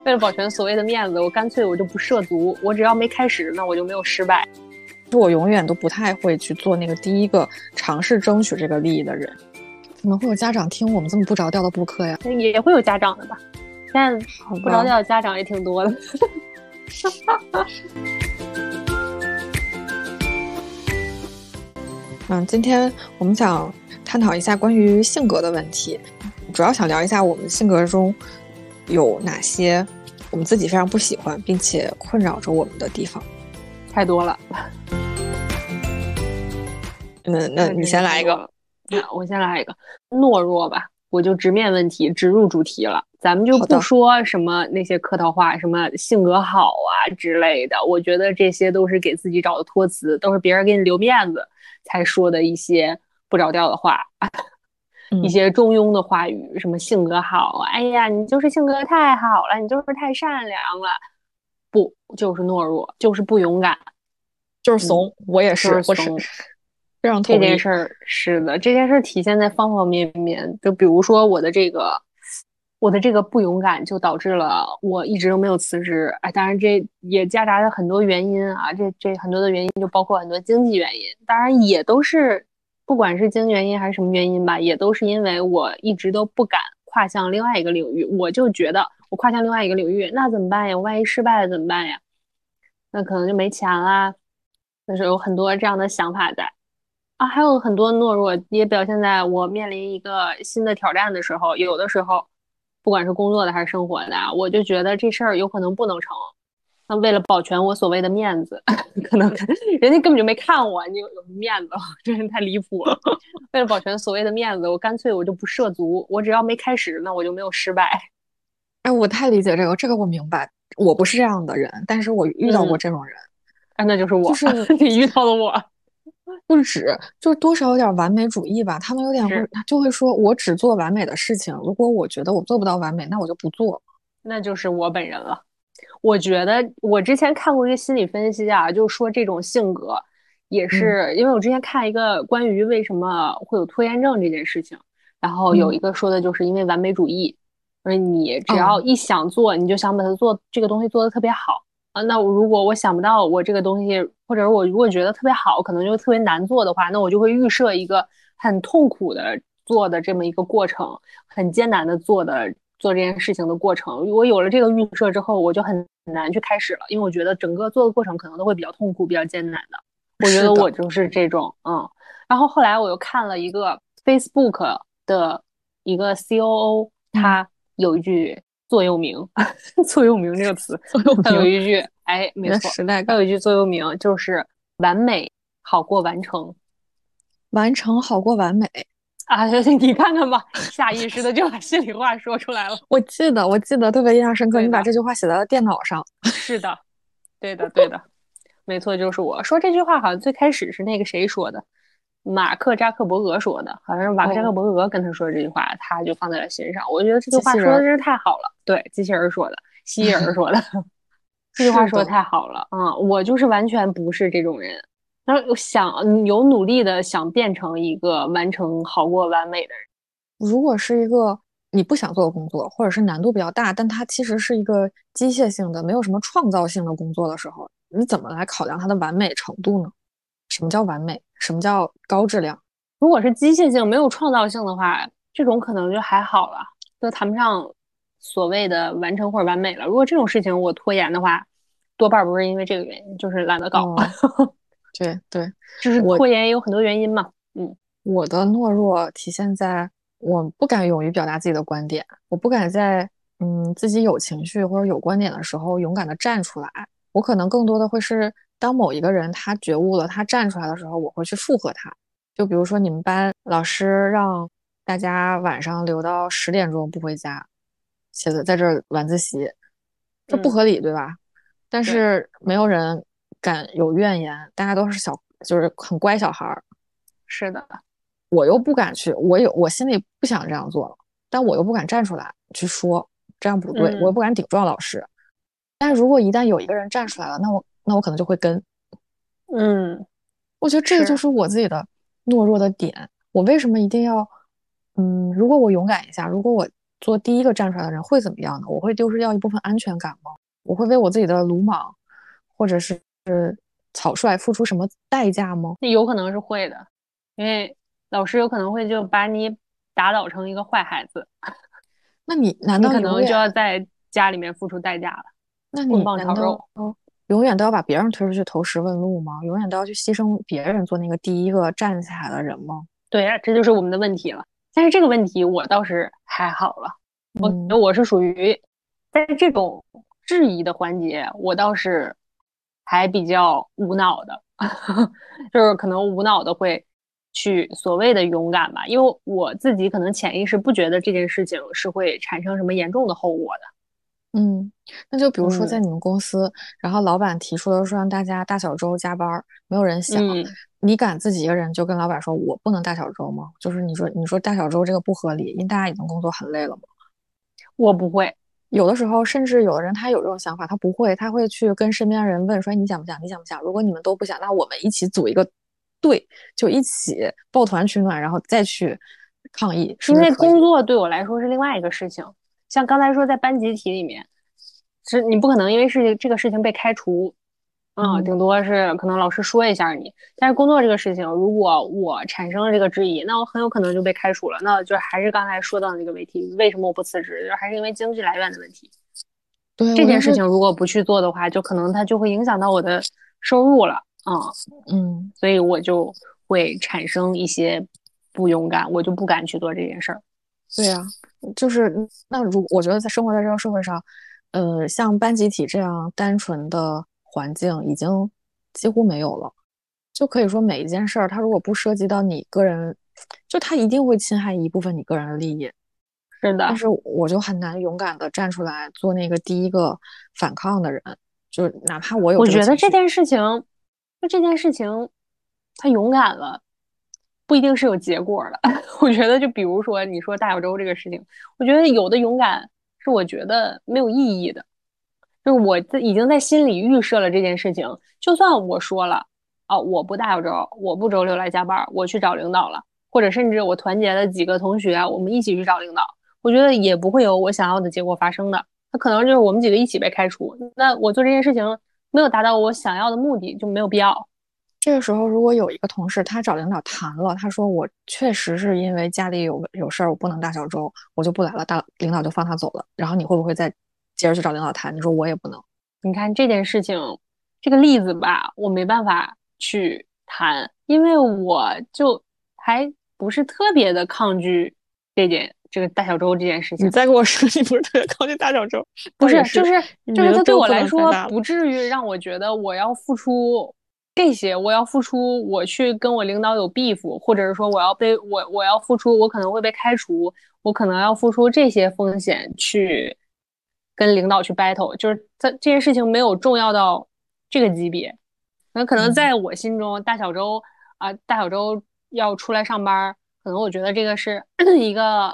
为了保全所谓的面子，我干脆我就不涉足，我只要没开始，那我就没有失败。 我永远都不太会去做那个第一个尝试争取这个利益的人。怎么会有家长听我们这么不着调的播客呀？ 也会有家长的吧？现在不着调的家长也挺多的。 今天我们想探讨一下关于性格的问题，主要想聊一下我们性格中有哪些我们自己非常不喜欢并且困扰着我们的地方。 太多了。 那你先来一个。 我先来一个懦弱吧，我就直面问题，直入主题了。咱们就不说什么那些客套话，什么性格好啊之类的，我觉得这些都是给自己找的托词，都是别人给你留面子才说的一些不着调的话，一些中庸的话语，什么性格好，哎呀，你就是性格太好了，你就是太善良了，不，就是懦弱，就是不勇敢， 就是怂。我也是， 就是我是非常同意。 这件事儿是的，这件事儿体现在方方面面。就比如说我的这个不勇敢，就导致了我一直都没有辞职。哎，当然这也夹杂着很多原因啊，这很多的原因就包括很多经济原因，当然也都是不管是经济原因还是什么原因吧，也都是因为我一直都不敢跨向另外一个领域。我就觉得我跨向另外一个领域，那怎么办呀？我万一失败了怎么办呀？那可能就没钱啦。就是有很多这样的想法在。啊，还有很多懦弱也表现在我面临一个新的挑战的时候，有的时候，不管是工作的还是生活的，我就觉得这事儿有可能不能成。那为了保全我所谓的面子，可能人家根本就没看我，你有面子，真是太离谱了。为了保全所谓的面子，我干脆我就不涉足，我只要没开始，那我就没有失败。 哎，我太理解这个我明白。我不是这样的人，但是我遇到过这种人。 那就是我， 就是你遇到了我。 不止，就是多少有点完美主义吧。他们有点会，就会说我只做完美的事情。如果我觉得我做不到完美，那我就不做。 那就是我本人了。我觉得我之前看过一个心理分析啊，就是说这种性格也是因为我之前看一个关于为什么会有拖延症这件事情，然后有一个说的就是因为完美主义，就是你只要一想做，你就想把它做这个东西做得特别好啊。那如果我想不到我这个东西，或者是我如果觉得特别好，可能就特别难做的话，那我就会预设一个很痛苦的做的这么一个过程，很艰难的做这件事情的过程。我有了这个预设之后，我就很难去开始了，因为我觉得整个做的过程可能都会比较痛苦、比较艰难的。我觉得我就是这种，然后后来我又看了一个 Facebook 的一个 COO，他有一句座右铭，座右铭这个词，他有一句，哎，没错，他有一句座右铭就是完美好过完成， 完成好过完美。 啊，你看看吧，下意识的就把心里话说出来了。 我记得特别印象深刻，你把这句话写在了电脑上。 是的，对的，没错，就是我说这句话，好像最开始是那个谁说的，马克扎克伯格说的，好像是马克扎克伯格跟他说的这句话，他就放在了心上。我觉得这句话说的真是太好了，对，机器人说的，蜥蜴人说的，这句话说的太好了，我就是完全不是这种人。然后有努力的想变成一个完成好过完美的人。 如果是一个你不想做的工作，或者是难度比较大，但它其实是一个机械性的、没有什么创造性的工作的时候，你怎么来考量它的完美程度呢？什么叫完美？什么叫高质量？ 如果是机械性、没有创造性的话，这种可能就还好了，都谈不上所谓的完成或者完美了。如果这种事情我拖延的话，多半不是因为这个原因，就是懒得搞。 对， 就是拖延也有很多原因嘛。 我的懦弱体现在我不敢勇于表达自己的观点，我不敢在自己有情绪或者有观点的时候勇敢的站出来。我可能更多的会是当某一个人他觉悟了，他站出来的时候，我会去附和他。就比如说你们班老师让大家晚上留到10点钟不回家，写的在这儿晚自习，这不合理，对吧？但是没有人敢有怨言，大家都是就是很乖小孩儿。 是的， 我又不敢去，我心里不想这样做了，但我又不敢站出来去说这样不对，我又不敢顶撞老师。但是如果一旦有一个人站出来了，那我可能就会跟。我觉得这个就是我自己的懦弱的点。我为什么一定要，如果我勇敢一下，如果我做第一个站出来的人会怎么样呢？我会丢失掉一部分安全感吗？我会为我自己的鲁莽或者是草率付出什么代价吗？ 那有可能是会的，因为老师有可能会就把你打倒成一个坏孩子， 那你难你道永远， 可能就要在家里面付出代价了， 那棍你难道棒炒肉。 永远都要把别人推出去投石问路吗？永远都要去牺牲别人做那个第一个站起来的人吗？ 对呀，这就是我们的问题了。但是这个问题我倒是还好了，我觉嗯得我是属于在这种质疑的环节，我倒是还比较无脑的，就是可能无脑的会去所谓的勇敢吧，因为我自己可能潜意识不觉得这件事情是会产生什么严重的后果的。 嗯，那就比如说在嗯你们公司，然后老板提出了说让大家大小周加班儿，没有人想， 嗯， 你敢自己一个人就跟老板说我不能大小周吗？就是你说大小周这个不合理，因为大家已经工作很累了嘛。 我不会。 有的时候，甚至有的人他有这种想法，他不会，他会去跟身边的人问说："哎你想不想？你想不想？如果你们都不想，那我们一起组一个队，就一起抱团取暖，然后再去抗议，是因为不是可以？" 工作对我来说是另外一个事情，像刚才说在班集体里面，是你不可能因为这个事情被开除， 嗯， 顶多是可能老师说一下你。但是工作这个事情，如果我产生了这个质疑，那我很有可能就被开除了。那就还是刚才说到的那个问题，为什么我不辞职？就还是因为经济来源的问题。 对， 这件事我就是， 情如果不去做的话，就可能它就会影响到我的收入了， 嗯。 所以我就会产生一些不勇敢，我就不敢去做这件事儿。 对呀，就是那我觉得在生活在这个社会上，像班集体这样单纯的环境已经几乎没有了。就可以说每一件事儿，它如果不涉及到你个人，就它一定会侵害一部分你个人的利益。 是的， 但是我就很难勇敢的站出来做那个第一个反抗的人，就哪怕我有我觉得这这个情绪。 件事情，就这件事情，他勇敢了，不一定是有结果的。我觉得，就比如说你说大小周这个事情，我觉得有的勇敢是我觉得没有意义的。就是已经在心里预设了这件事情，就算我说了，哦，我不大小周，我不周六来加班，我去找领导了，或者甚至我团结了几个同学，我们一起去找领导，我觉得也不会有我想要的结果发生的。那可能就是我们几个一起被开除，那我做这件事情没有达到我想要的目的，就没有必要。 这个时候，如果有一个同事他找领导谈了，他说我确实是因为家里有事儿，我不能大小周，我就不来了，领导就放他走了。然后你会不会再接着去找领导谈？你说我也不能。 你看这件事情，这个例子吧，我没办法去谈，因为我就还不是特别的抗拒这个大小周这件事情。 你再给我说，你不是特别靠近大小周， 不是， 倒也是，你的他对周不能太我来说大了。 不至于让我觉得我要付出这些，我要付出我去跟我领导有 beef，或者是说我要付出我可能会被开除，我可能要付出这些风险去跟领导去 battle，就是这件事情没有重要到这个级别。那可能嗯在我心中，大小周要出来上班，可能我觉得这个是一个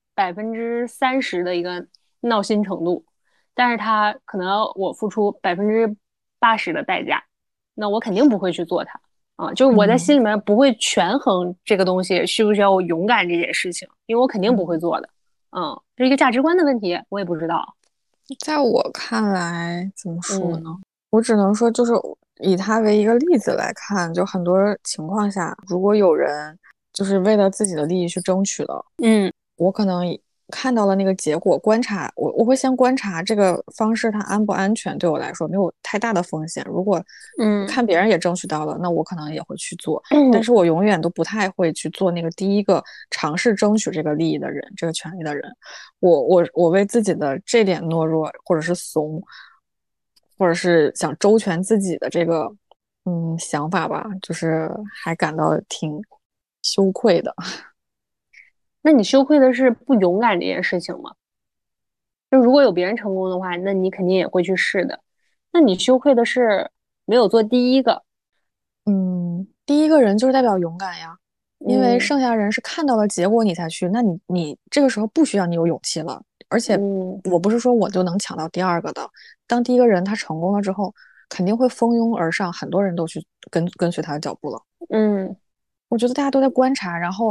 30%的一个闹心程度，但是他可能我付出80%的代价，那我肯定不会去做它就是我在心嗯里面不会权衡这个东西需不需要我勇敢这件事情，因为我肯定不会嗯， 做的。这是一个价值观的问题，我也不知道。 在我看来，怎么说嗯呢？我只能说，就是以他为一个例子来看，就很多情况下，如果有人就是为了自己的利益去争取了。 嗯我可能看到了那个结果，观察我会先观察这个方式它安不安全，对我来说没有太大的风险。如果嗯看别人也争取到了，那我可能也会去做，但嗯， 是我永远都不太会去做那个第一个尝试争取这个利益的人，这个权利的人。我为自己的这点懦弱，或者是怂，或者是想周全自己的这个想法吧，就是还感到挺羞愧的。 那你羞愧的是不勇敢这件事情吗？就如果有别人成功的话，那你肯定也会去试的。那你羞愧的是没有做第一个。 嗯，第一个人就是代表勇敢呀，因为嗯剩下人是看到了结果你才去，那你这个时候不需要你有勇气了，而且嗯我不是说我就能抢到第二个的，当第一个人他成功了之后，肯定会蜂拥而上，很多人都去跟随他的脚步了。 嗯我觉得大家都在观察，然后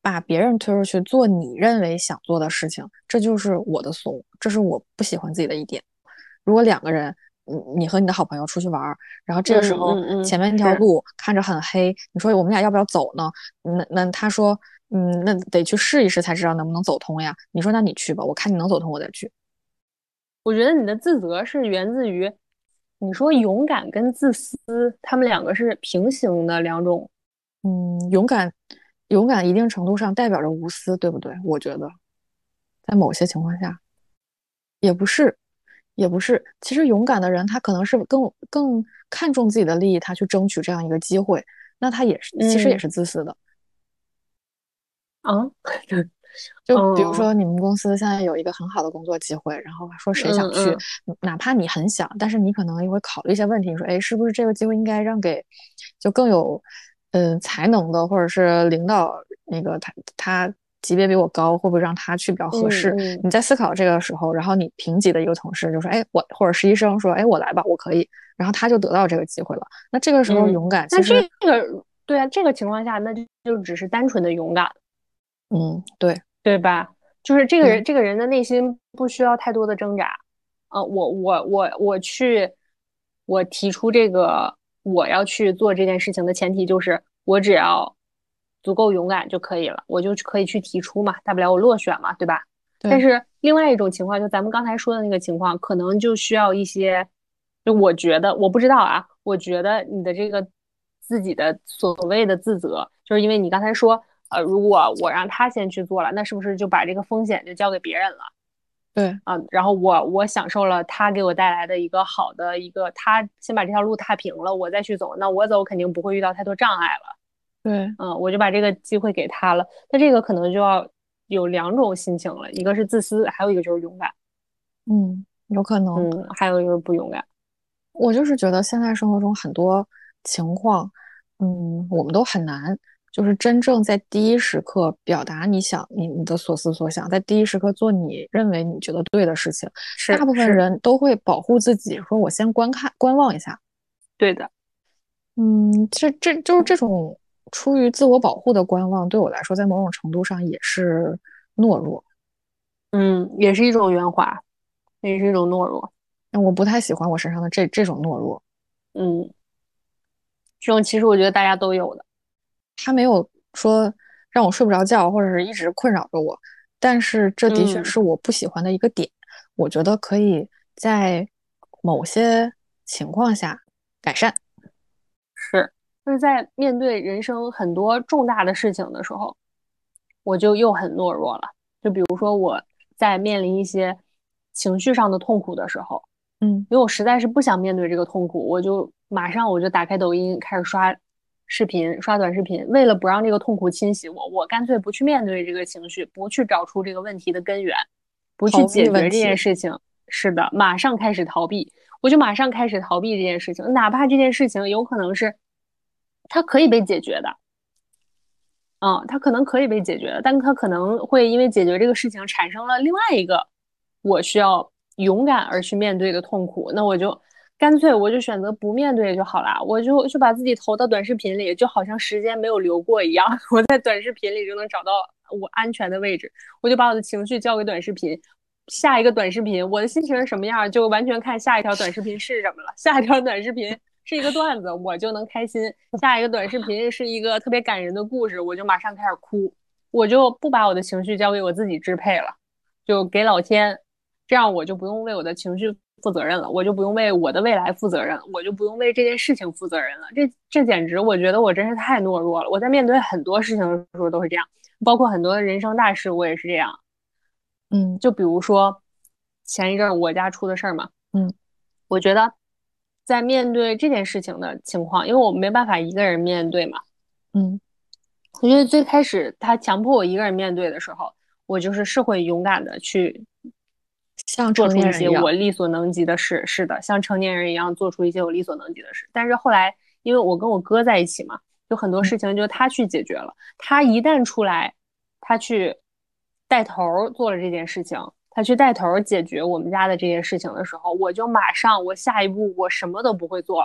把别人推出去做你认为想做的事情，这就是我的怂，这是我不喜欢自己的一点。如果两个人，你和你的好朋友出去玩儿，然后这个时候前面那条是。 路看着很黑，你说我们俩要不要走呢？那他说，那得去试一试才知道能不能走通呀。你说那你去吧，我看你能走通，我再去。 我觉得你的自责是源自于，你说勇敢跟自私，他们两个是平行的两种。 勇敢，勇敢一定程度上代表着无私，对不对？我觉得在某些情况下也不是，也不是。其实勇敢的人，他可能是更看重自己的利益，他去争取这样一个机会，那他也是其实也嗯是自私的。 啊， 就比如嗯说你们公司现在有一个很好的工作机会，然后说谁想去， 嗯嗯哪怕你很想，但是你可能也会考虑一些问题，你说，哎，是不是这个机会应该让给就更有才能的，或者是领导那个他级别比我高，会不会让他去比较合适？ 嗯。 你在思考这个时候，然后你平级的一个同事就说，哎，我或者实习生说，哎，我来吧，我可以，然后他就得到这个机会了。那这个时候勇敢，其那这实个对啊，这个情况下，那就只是单纯的勇敢， 对对吧？就是这个对人，这个人的内心不需要太多的挣扎。我去，我提出这个我要去做这件事情的前提就是我只要足够勇敢就可以了，我就可以去提出嘛，大不了我落选嘛，对吧？但对， 是另外一种情况，就咱们刚才说的那个情况，可能就需要一些，就我觉得我不知道啊，我觉得你的这个自己的所谓的自责，就是因为你刚才说，如果我让他先去做了，那是不是就把这个风险就交给别人了？ 对啊，然后我享受了他给我带来的一个好的一个，他先把这条路踏平了，我再去走，那我走肯定不会遇到太多障碍了。 对， 我就把这个机会给他了。那这个可能就要有两种心情了，一个是自私，还有一个就是勇敢。 有可能。 还有就是不勇敢。 我就是觉得现在生活中很多情况，我们都很难，就是真正在第一时刻表达你的所思所想，在第一时刻做你认为你觉得对的事情。大部分是是， 人都会保护自己，说我先观望一下。 对的。 这就是这种出于自我保护的观望，对我来说，在某种程度上也是懦弱。 也是一种圆滑，也是一种懦弱。 但我不太喜欢我身上的这种懦弱。 嗯，这种其实我觉得大家都有的。 他没有说让我睡不着觉，或者是一直困扰着我，但是这的确嗯， 是我不喜欢的一个点。我觉得可以在某些情况下改善。 是，就是在面对人生很多重大的事情的时候，我就又很懦弱了。比如说我在面临一些情绪上的痛苦的时候， 嗯因为我实在是不想面对这个痛苦，我就马上打开抖音开始刷视频、刷短视频，为了不让这个痛苦侵袭我，我干脆不去面对这个情绪，不去找出这个问题的根源，不去逃避解决这件问题。 事情。是的，马上开始逃避，我就马上开始逃避这件事情，哪怕这件事情有可能是它可以被解决的。它可能可以被解决的，但它可能会因为解决这个事情产生了另外一个我需要勇敢而去面对的痛苦，那我就干脆选择不面对就好了，我就把自己投到短视频里，就好像时间没有流过一样，我在短视频里就能找到我安全的位置，我就把我的情绪交给短视频。下一个短视频，我的心情是什么样，就完全看下一条短视频是什么了。下一条短视频是一个段子，我就能开心；下一个短视频是一个特别感人的故事，我就马上开始哭。我就不把我的情绪交给我自己支配了，就给老天，这样我就不用为我的情绪负责任了，我就不用为我的未来负责任了，我就不用为这件事情负责任了。这简直，我觉得我真是太懦弱了。我在面对很多事情的时候都是这样，包括很多人生大事，我也是这样。 嗯就比如说前一阵我家出的事儿嘛， 嗯我觉得在面对这件事情的情况，因为我没办法一个人面对嘛， 嗯， 我觉得最开始他强迫我一个人面对的时候，我是会勇敢的去做像成出一些我年人一样。 力所能及的事，是的，像成年人一样做出一些我力所能及的事。但是后来，因为我跟我哥在一起嘛，有很多嗯事情就他去解决了。他一旦出来，他去带头做了这件事情，他去带头解决我们家的这件事情的时候，我就马上，我下一步我什么都不会做了。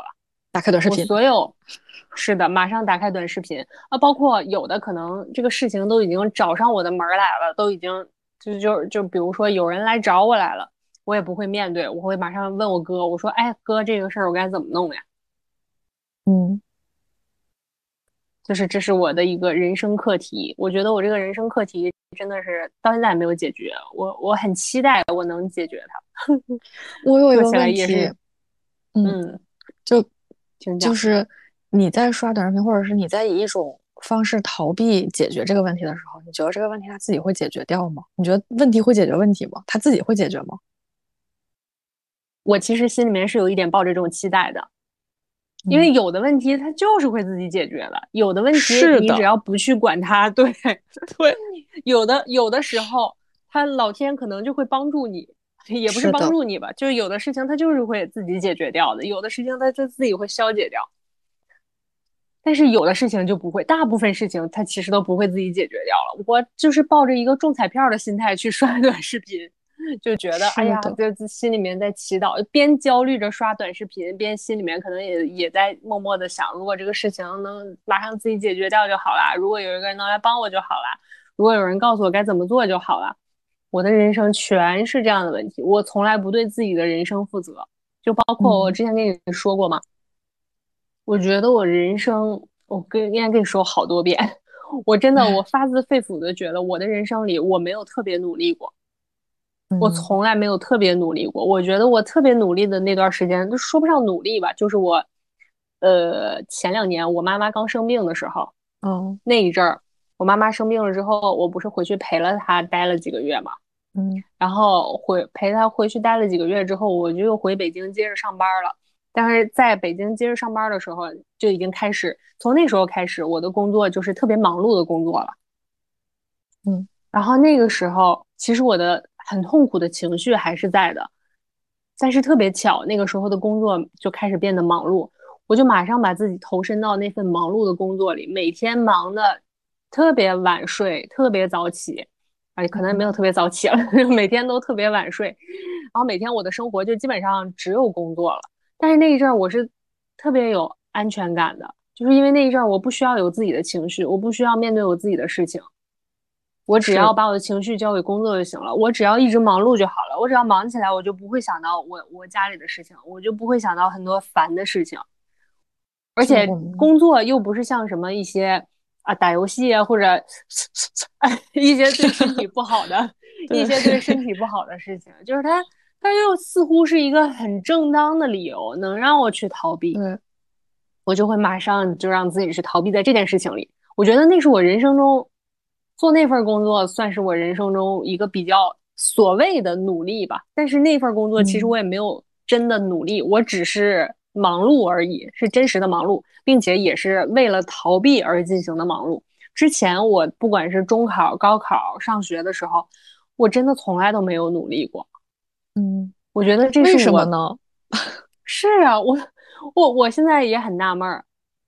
打开短视我频。 所有是的，马上打开短视频啊，包括有的可能这个事情都已经找上我的门儿来了，都已经就比如说有人来找我来了，我也不会面对，我会马上问我哥，我说，哎哥，这个事儿我该怎么弄呀？ 嗯， 就是这是我的一个人生课题，我觉得我这个人生课题真的是到现在没有解决，我很期待我能解决它。 我有一个说起来问题， 也是， 嗯， 嗯， 就请讲。 就是你在刷短视频，或者是你在以一种方式逃避解决这个问题的时候，你觉得这个问题它自己会解决掉吗？你觉得问题会解决问题吗？它自己会解决吗？ 我其实心里面是有一点抱着这种期待的，因嗯， 为有的问题它就是会自己解决的，有的问题你只是的， 要不去管它，对， 对， 有的时候他老天可能就会帮助你，也不是是的， 帮助你吧，就是有的事情它就是会自己解决掉的，有的事情它自己会消解掉。但是有的事情就不会，大部分事情它其实都不会自己解决掉了。我就是抱着一个中彩票的心态去刷短视频，就觉得哎呀， 是的， 就心里面在祈祷，边焦虑着刷短视频，边心里面可能也在默默的想，如果这个事情能马上自己解决掉就好啦，如果有一个人能来帮我就好啦，如果有人告诉我该怎么做就好了。我的人生全是这样的问题，我从来不对自己的人生负责，就包括我嗯之前跟你说过嘛。我觉得我人生，应该跟你说好多遍，我真的我发自肺腑的觉得我的人生里我没有特别努力过，我嗯从来没有特别努力过。我觉得我特别努力的那段时间，都说不上努力吧，就是我，前2年我妈妈刚生病的时候， 哦那一阵儿，我妈妈生病了之后，我不是回去陪了她待了几个月嘛， 嗯然后陪她回去待了几个月之后，我就又回北京接着上班了。但是在北京接着上班的时候，就已经开始，从那时候开始，我的工作就是特别忙碌的工作了。 嗯然后那个时候，其实我的很痛苦的情绪还是在的，但是特别巧，那个时候的工作就开始变得忙碌，我就马上把自己投身到那份忙碌的工作里，每天忙的特别晚睡，特别早起，哎，可能也没有嗯特别早起了，每天都特别晚睡，然后每天我的生活就基本上只有工作了。但是那一阵儿我是特别有安全感的，就是因为那一阵儿我不需要有自己的情绪，我不需要面对我自己的事情。我只是要把我的情绪交给工作就行了，我只要一直忙碌就好了。我只要忙起来，我就不会想到我家里的事情，我就不会想到很多烦的事情。而就且我们工作又不是像什么一些打游戏啊，或者一些对身体不好的一对些对身体不好的事情，就是它又似乎是一个很正当的理由，能让我去逃避， 对我就会马上就让自己去逃避在这件事情里。我觉得那是我人生中做那份工作，算是我人生中一个比较所谓的努力吧。但是那份工作其实嗯我也没有真的努力，我只是忙碌而已，是真实的忙碌，并且也是为了逃避而进行的忙碌。之前我不管是中考、高考、上学的时候，我真的从来都没有努力过。 嗯， 我觉得这是为什么我， 呢？ 是啊，我现在也很纳闷儿，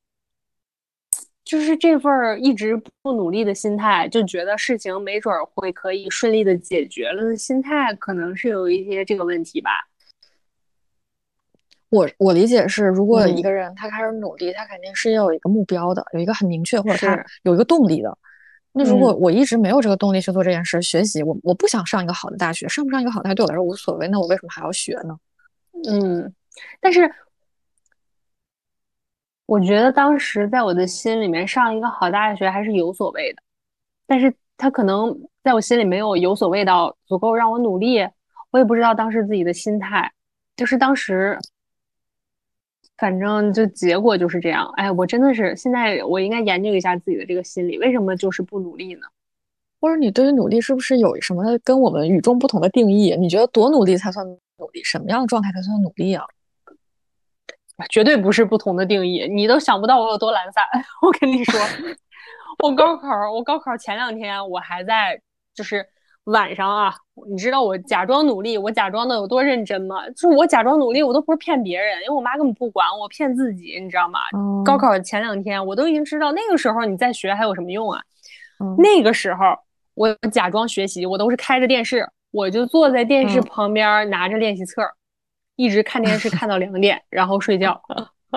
就是这份儿一直不努力的心态，就觉得事情没准儿会可以顺利的解决了的心态，可能是有一些这个问题吧。 我理解是，如果一嗯， 个人他开始努力，他肯定是要有一个目标的，有一个很明确，或者他是， 有一个动力的。那如果嗯我一直没有这个动力去做这件事，学习，我不想上一个好的大学，上不上一个好大学对我来说无所谓，那我为什么还要学呢？ 嗯，但是我觉得当时在我的心里面，上一个好大学还是有所谓的，但是他可能在我心里没有所谓到足够让我努力，我也不知道当时自己的心态，就是当时反正就结果就是这样。哎，我真的是现在我应该研究一下自己的这个心理，为什么就是不努力呢？ 或者你对于努力是不是有什么跟我们与众不同的定义？你觉得多努力才算努力？什么样的状态才算努力啊？ 绝对不是不同的定义，你都想不到我有多懒散。我跟你说，我高考前2天我还在就是晚上啊，你知道我假装努力，我假装的有多认真吗？就是我假装努力，我都不是骗别人，因为我妈根本不管我，骗自己，你知道吗？高嗯考前2天我都已经知道那个时候你再学还有什么用啊？ 嗯那个时候我假装学习，我都是开着电视，我就坐在电视嗯， 旁边拿着练习册，一直看电视看到2点，然后睡觉。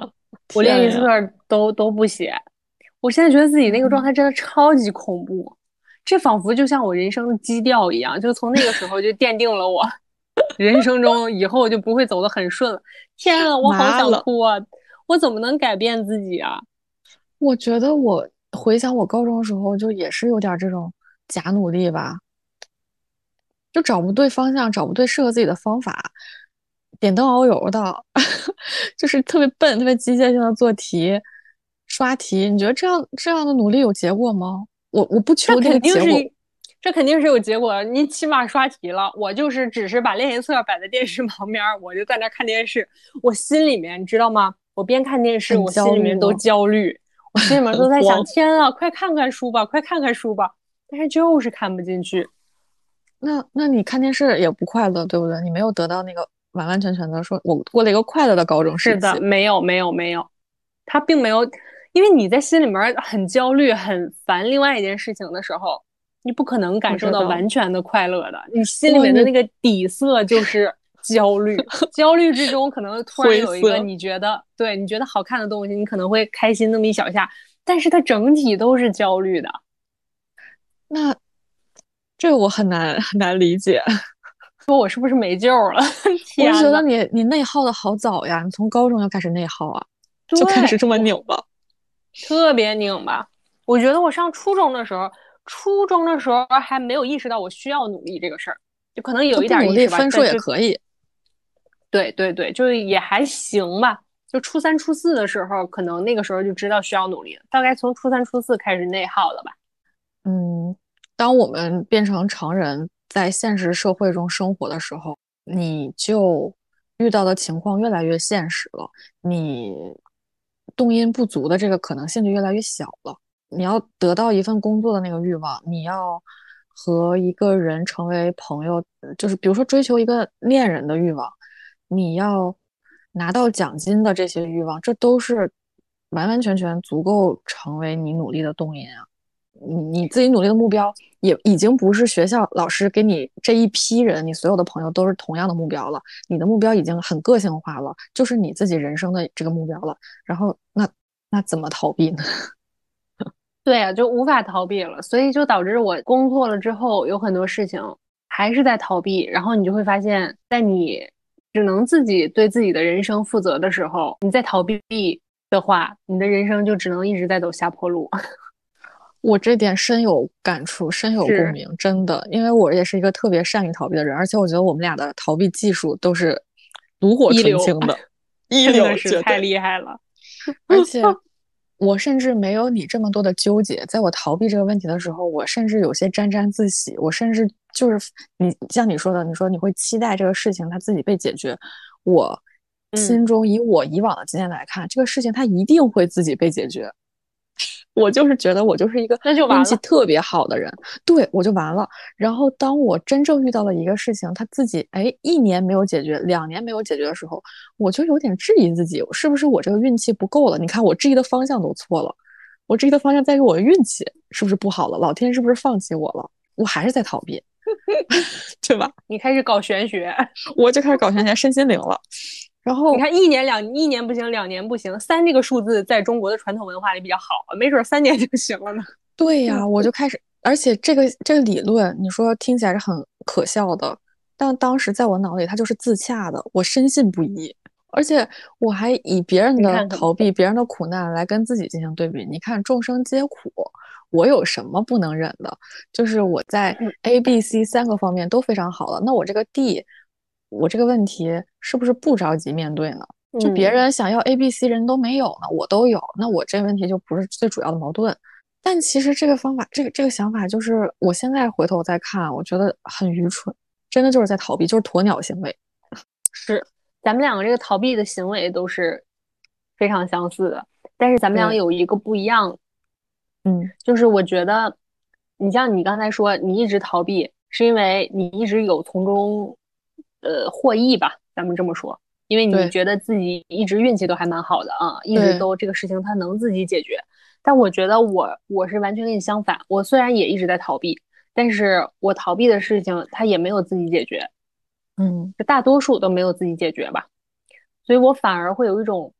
我练习册天呀， 都不写。我现在觉得自己那个状嗯态真的超级恐怖，这仿佛就像我人生的基调一样，就从那个时候就奠定了我人生中以后就不会走得很顺了。天啊，我好麻了。 想哭啊！我怎么能改变自己啊？ 我觉得我回想我高中的时候，就也是有点这种假努力吧，就找不对方向，找不对适合自己的方法，点灯熬油的，就是特别笨、特别机械性的做题、刷题。你觉得这样的努力有结果吗？我不求那个这肯定结果， 是一，这肯定是有结果的。你起码刷题了，我就是只是把练习册摆在电视旁边，我就在那看电视。我心里面，你知道吗？我边看电视，我很焦心里面都虑吗？ 焦虑，我心里面都在想： 很慌。 天啊，快看看书吧，快看看书吧！但是就是看不进去。 那你看电视也不快乐，对不对？你没有得到那个完完全全的说，我过了一个快乐的高中时是的， 期。 没有，他并没有，因为你在心里面很焦虑、很烦另外一件事情的时候，你不可能我感受到知道， 完全的快乐的。你心里哇，你面的那个底色就是焦虑，焦虑之中可能突然有一个灰色。 你觉得对你觉得好看的东西，你可能会开心那么一小下，但是它整体都是焦虑的。 那这个我很难理解。 说我是不是没救了？ 我是觉得天呐， 你内耗的好早呀，你从高中就开始内耗啊，就开始对， 这么拧巴。 特别拧巴。我觉得我上初中的时候，初中的时候还没有意识到我需要努力这个事儿，就可能有一就不努点意识吧， 力分数但是也可以。 对，就也还行吧。就初三、初四的时候，可能那个时候就知道需要努力了，大概从初三、初四开始内耗了吧。 嗯，当我们变成成人，在现实社会中生活的时候，你就遇到的情况越来越现实了，你动因不足的这个可能性就越来越小了。你要得到一份工作的那个欲望，你要和一个人成为朋友，就是比如说追求一个恋人的欲望，你要拿到奖金的这些欲望，这都是完完全全足够成为你努力的动因啊。你自己努力的目标也已经不是学校老师给你这一批人，你所有的朋友都是同样的目标了，你的目标已经很个性化了，就是你自己人生的这个目标了。然后那怎么逃避呢？ 对呀，就无法逃避了，所以就导致我工作了之后，有很多事情还是在逃避，然后你就会发现，在你只能自己对自己的人生负责的时候，你在逃避的话，你的人生就只能一直在走下坡路。 我这点深有感触，深有共是鸣，真的，因为我也是一个特别善于逃避的人，而且我觉得我们俩的逃避技术都是炉火一流， 纯青的，一真的流， 是太绝对。 厉害了。 而且我甚至没有你这么多的纠结，在我逃避这个问题的时候，我甚至有些沾沾自喜，我甚至就是你像你说的，你说你会期待这个事情它自己被解决，我嗯， 心中以我以往的经验来看，这个事情它一定会自己被解决。我就是觉得我就是一个运那就完了。 气特别好的人，对，我就完了。然后当我真正遇到了一个事情，他自己1年没有解决，2年没有解决的时候，我就有点质疑自己，是不是我这个运气不够了？你看我质疑的方向都错了，我质疑的方向在于我的运气是不是不好了？老天是不是放弃我了？我还是在逃避，对吧？ 你开始搞玄学， 我就开始搞全身心灵了。然后你看一年不行，2年不行，三这个数字在中国的传统文化里比较好，没准3年就行了呢。 对呀，我就开始，而且这个理论，你说听起来是很可笑的，但当时在我脑里它就是自洽的，我深信不疑。而且我还以别人的你看看吧， 逃避、别人的苦难来跟自己进行对比。你看，众生皆苦，我有什么不能忍的？就是我在 A、B、C 3个方面都非常好了，那我这个 D，我这个问题是不是不着急面对呢？就别嗯， 人想要 A、B、C 人都没有呢，我都有，那我这个问题就不是最主要的矛盾。但其实这个方法，这个想法，就是我现在回头再看，我觉得很愚蠢，真的就是在逃避，就是鸵鸟行为。 是，咱们两个这个逃避的行为都是非常相似的，但是咱们俩对， 有一个不一样， 嗯， 就是我觉得，你像你刚才说，你一直逃避，是因为你一直有从中获益吧，咱们这么说，因为你对觉得自己一直运气都还蛮好的啊，一直对， 都这个事情它能自己解决。但我觉得我是完全跟你相反，我虽然也一直在逃避，但是我逃避的事情它也没有自己解决， 嗯就大多数都没有自己解决吧。所以我反而会有一种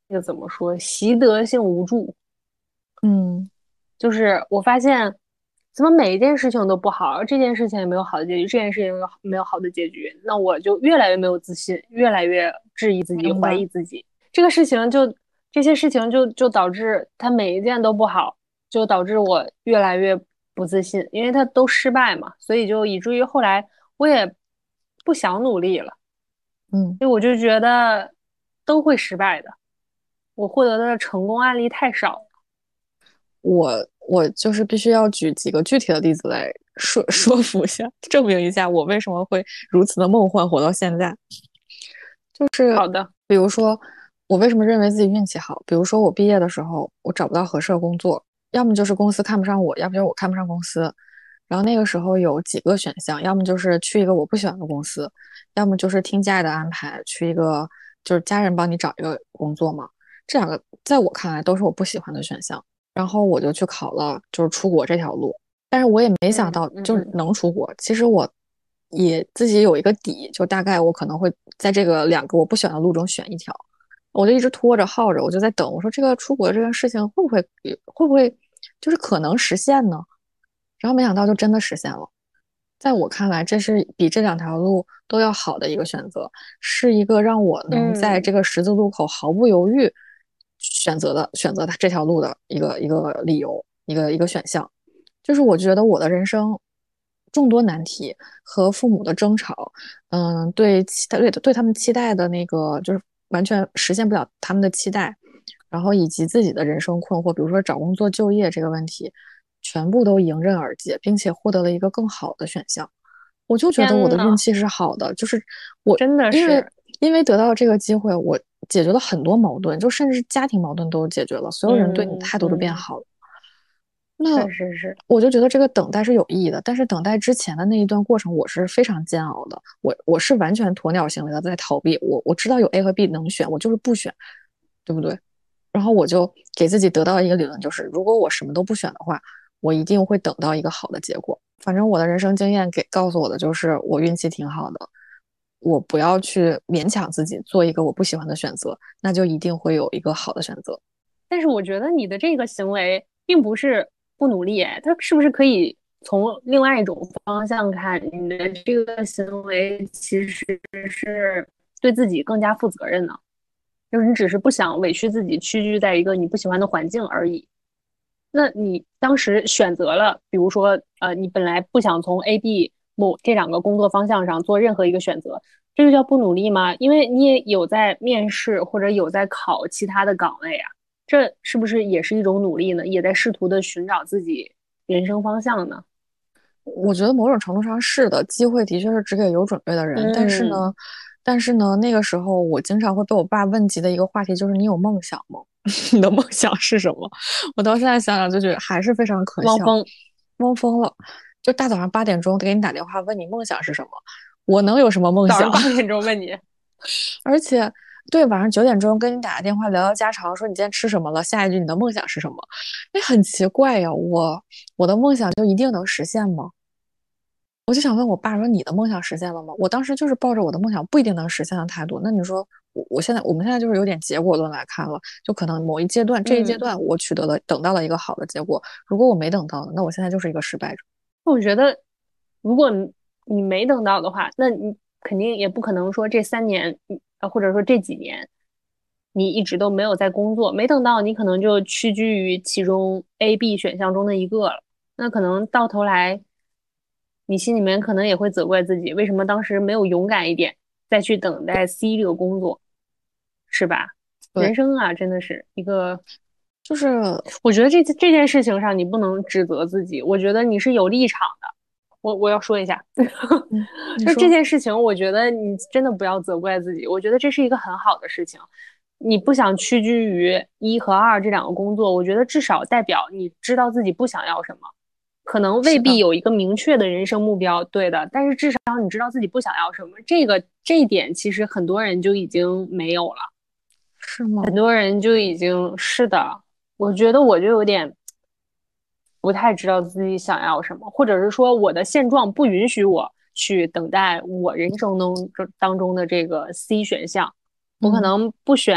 个怎么说，习得性无助。 嗯， 就是我发现，怎么每一件事情都不好，这件事情也没有好的结局，这件事情又没有好的结局，那我就越来越没有自信，越来越质疑自己，怀明白。 疑自己。这个事情就这些事情就导致他每一件都不好，就导致我越来越不自信，因为他都失败嘛，所以就以至于后来我也不想努力了， 嗯。 所以我就觉得都会失败的，我获得的成功案例太少了。 我就是必须要举几个具体的例子来说服一下，证明一下我为什么会如此的梦幻活到现在。就是好的， 比如说，我为什么认为自己运气好？比如说我毕业的时候，我找不到合适的工作，要么就是公司看不上我，要不就是我看不上公司。然后那个时候有几个选项，要么就是去一个我不喜欢的公司，要么就是听家里的安排去一个就是家人帮你找一个工作嘛。这两个在我看来都是我不喜欢的选项。然后我就去考了就是出国这条路，但是我也没想到就是嗯嗯嗯。 能出国。其实我也自己有一个底，就大概我可能会在这个两个我不选的路中选一条。我就一直拖着耗着，我就在等，我说这个出国这件事情会不会就是可能实现呢？然后没想到就真的实现了。在我看来，这是比这两条路都要好的一个选择，是一个让我能在嗯， 这个十字路口毫不犹豫选择它这条路的一个理由，一个选项。就是我觉得我的人生众多难题和父母的争吵，对他们期待的那个，就是完全实现不了他们的期待，然后以及自己的人生困惑，比如说找工作、就业这个问题，全部都迎刃而解，并且获得了一个更好的选项。我就觉得我天呐， 的运气是好的，就是我真的因为是， 因为得到这个机会，我解决了很多矛盾，就甚至家庭矛盾都解决了，所有人对你态度都变嗯嗯， 好了。那确实是， 我就觉得这个等待是有意义的，但是等待之前的那一段过程，我是非常煎熬的。我是完全鸵鸟行为的在逃避。我知道有 A 和 B 能选，我就是不选，对不对？然后我就给自己得到一个理论，就是如果我什么都不选的话，我一定会等到一个好的结果。反正我的人生经验告诉我的就是，我运气挺好的，我不要去勉强自己做一个我不喜欢的选择，那就一定会有一个好的选择。 但是我觉得你的这个行为并不是不努力，哎，它是不是可以从另外一种方向看，你的这个行为其实是对自己更加负责任呢？就是你只是不想委屈自己，屈居在一个你不喜欢的环境而已。那你当时选择了，比如说，你本来不想从 A、B 某这两个工作方向上做任何一个选择，这就叫不努力吗？因为你也有在面试或者有在考其他的岗位啊，这是不是也是一种努力呢？也在试图的寻找自己人生方向呢？ 我觉得某种程度上是的，机会的确是只给有准备的人。但是嗯， 呢，那个时候我经常会被我爸问及的一个话题就是你有梦想吗？你的梦想是什么？我到现在想想就觉得还是非常可笑， 汪峰汪疯了。就大早上8点钟给你打电话问你梦想是什么，我能有什么梦想？ 早上8点钟问你， 而且对晚上9点钟跟你打个电话聊聊家常，说你今天吃什么了，下一句你的梦想是什么？哎，很奇怪呀，我的梦想就一定能实现吗？我就想问我爸说：“你的梦想实现了吗？”我当时就是抱着我的梦想不一定能实现的态度。那你说我们现在就是有点结果论来看了，就可能某一阶段这一阶嗯， 段我等到了一个好的结果，如果我没等到，那我现在就是一个失败者。 我觉得如果你没等到的话，那你肯定也不可能说这3年，或者说这几年，你一直都没有在工作，没等到，你可能就屈居于其中 A、B 选项中的一个了。那可能到头来，你心里面可能也会责怪自己，为什么当时没有勇敢一点，再去等待 C 这个工作，是吧？人对， 生啊，真的是一个， 就是我觉得这件事情上你不能指责自己，我觉得你是有立场的。我要说一下，就这你说件事情，我觉得你真的不要责怪自己。我觉得这是一个很好的事情。你不想屈居于1和2这两个工作，我觉得至少代表你知道自己不想要什么。可能未是的， 必有一个明确的人生目标，对的，但是至少你知道自己不想要什么。这一点，其实很多人就已经没有了， 是吗？ 很多人就已经是的。我觉得我就有点不太知道自己想要什么，或者是说我的现状不允许我去等待我人生当中的这个 C 选项，我可嗯能不选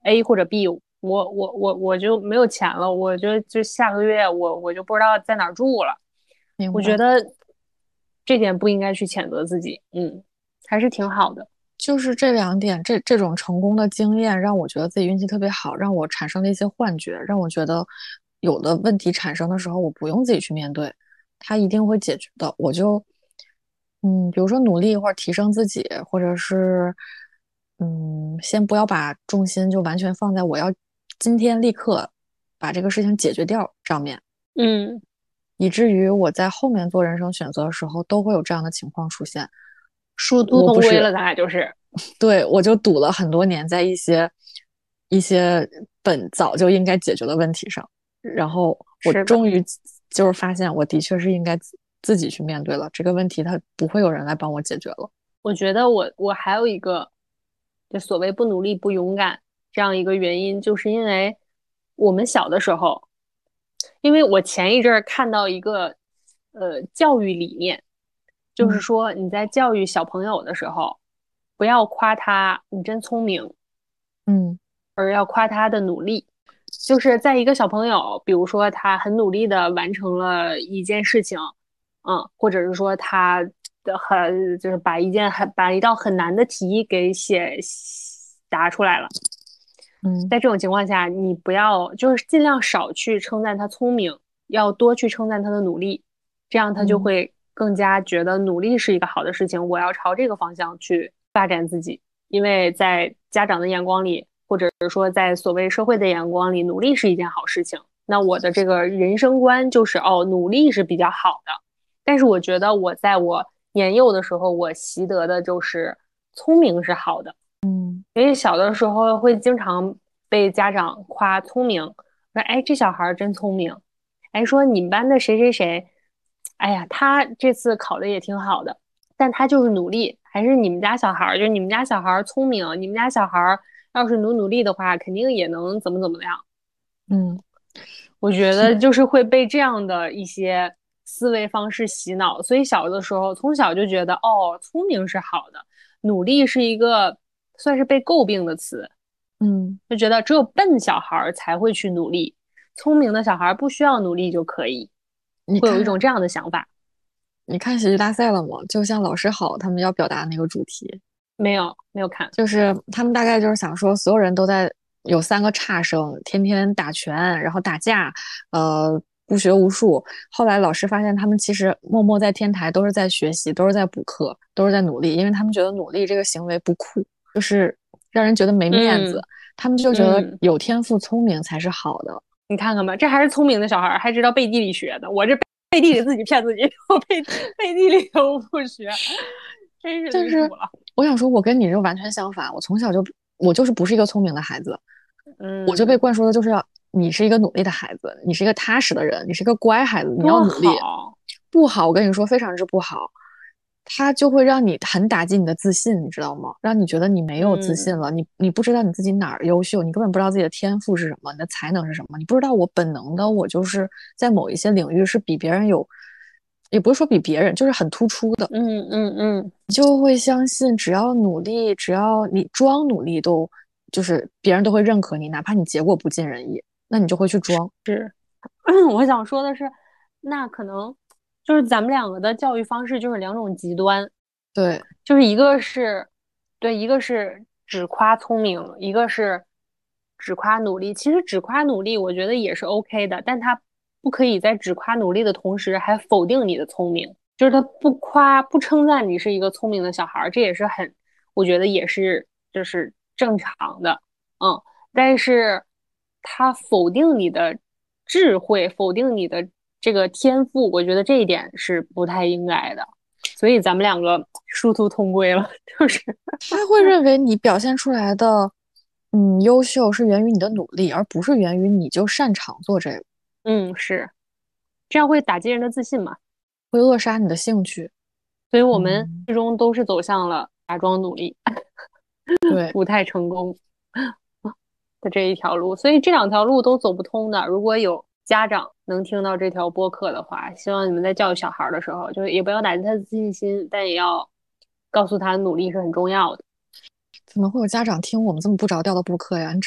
A 或者 B，我就没有钱了，就下个月我就不知道在哪儿住了。我明白。 觉得这点不应该去谴责自己，还是挺好的。 就是这两点，这种成功的经验让我觉得自己运气特别好，让我产生了一些幻觉，让我觉得有的问题产生的时候，我不用自己去面对，它一定会解决的。我就比如说努力或者提升自己，或者是先不要把重心就完全放在我要今天立刻把这个事情解决掉上面， 嗯， 以至于我在后面做人生选择的时候都会有这样的情况出现。 殊途我不是， 同归了，咱俩就是。 对，我就赌了很多年在一些本早就应该解决的问题上，然后我是的。 终于就是发现我的确是应该自己去面对了这个问题，它不会有人来帮我解决了。 我觉得我还有一个，就所谓不努力不勇敢这样一个原因，就是因为我们小的时候，因为我前一阵儿看到一个教育理念，就是嗯说你在教育小朋友的时候，不要夸他你真聪明， 嗯而要夸他的努力。就是在一个小朋友，比如说他很努力的完成了一件事情，或者是说他就是把一道很难的题给答出来了。 嗯在这种情况下，你不要就是尽量少去称赞他聪明，要多去称赞他的努力，这样他就嗯会更加觉得努力是一个好的事情，我要朝这个方向去发展自己。因为在家长的眼光里，或者是说在所谓社会的眼光里，努力是一件好事情。那我的这个人生观就是努力是比较好的。但是我觉得我在我年幼的时候，我习得的就是聪明是好的。 嗯因为小的时候会经常被家长夸聪明，说哎这小孩真聪明，哎说你们班的谁谁谁，哎呀他这次考的也挺好的，但他就是努力，还是你们家小孩就是你们家小孩聪明，你们家小孩要是努力的话，肯定也能怎么怎么样。 嗯， 我觉得就是会被这样的一些思维方式洗脑，所以小的时候从小就觉得聪明是好的，努力是一个算是被诟病的词。 嗯， 就觉得只有笨小孩才会去努力，聪明的小孩不需要努力就可以， 你看会有一种这样的想法。 你看喜剧大赛了吗？就像老师好他们要表达那个主题， 没有看。 就是他们大概就是想说，所有人都在有三个差生，天天打拳，然后打架，不学无术。后来老师发现，他们其实默默在天台都是在学习，都是在补课，都是在努力，因为他们觉得努力这个行为不酷，就是让人觉得没面子。 嗯他们就觉得嗯， 有天赋、聪明才是好的。 你看看吧，这还是聪明的小孩，还知道背地里学的。我这背地里自己骗自己，我背地里都不学，真是但是离谱了。 我想说，我跟你这完全相反，我就是不是一个聪明的孩子，我就被嗯， 灌输的就是你是一个努力的孩子，你是一个踏实的人，你是一个乖孩子，你要多努力。 好。 不好，我跟你说非常之不好，它就会让你很打击你的自信，你知道吗？让你觉得你没有自信嗯了，你不知道你自己哪儿优秀，你根本不知道自己的天赋是什么，你的才能是什么，你不知道我本能的我就是在某一些领域是比别人有，也不是说比别人，就是很突出的。 嗯嗯嗯， 你就会相信，只要努力，只要你装努力都，就是别人都会认可你，哪怕你结果不尽人意，那你就会去装。 是。我想说的是，那可能就是咱们两个的教育方式就是两种极端。 对， 就是一个是，对，一个是只夸聪明，一个是只夸努力。其实只夸努力，我觉得也是 OK 的，但他不可以在只夸努力的同时还否定你的聪明，就是他不夸不称赞你是一个聪明的小孩儿，这也是很，我觉得也是就是正常的，嗯。但是他否定你的智慧，否定你的这个天赋，我觉得这一点是不太应该的。所以咱们两个殊途同归了，就是他会认为你表现出来的，优秀是源于你的努力，而不是源于你就擅长做这个， 是这样会打击人的自信嘛。 会扼杀你的兴趣。 所以我们嗯， 最终都是走向了假装努力、 对， 不太成功的这一条路。所以这两条路都走不通的。如果有家长能听到这条播客的话，希望你们在教育小孩的时候，就是也不要打击他的自信心，但也要告诉他努力是很重要的。 怎么会有家长听我们这么不着调的播客呀？你只能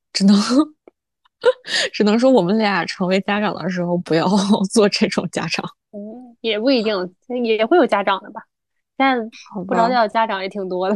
只能只能说我们俩成为家长的时候不要做这种家长， 也不一定，也会有家长的吧。现在不着好吧？ 调家长也挺多的。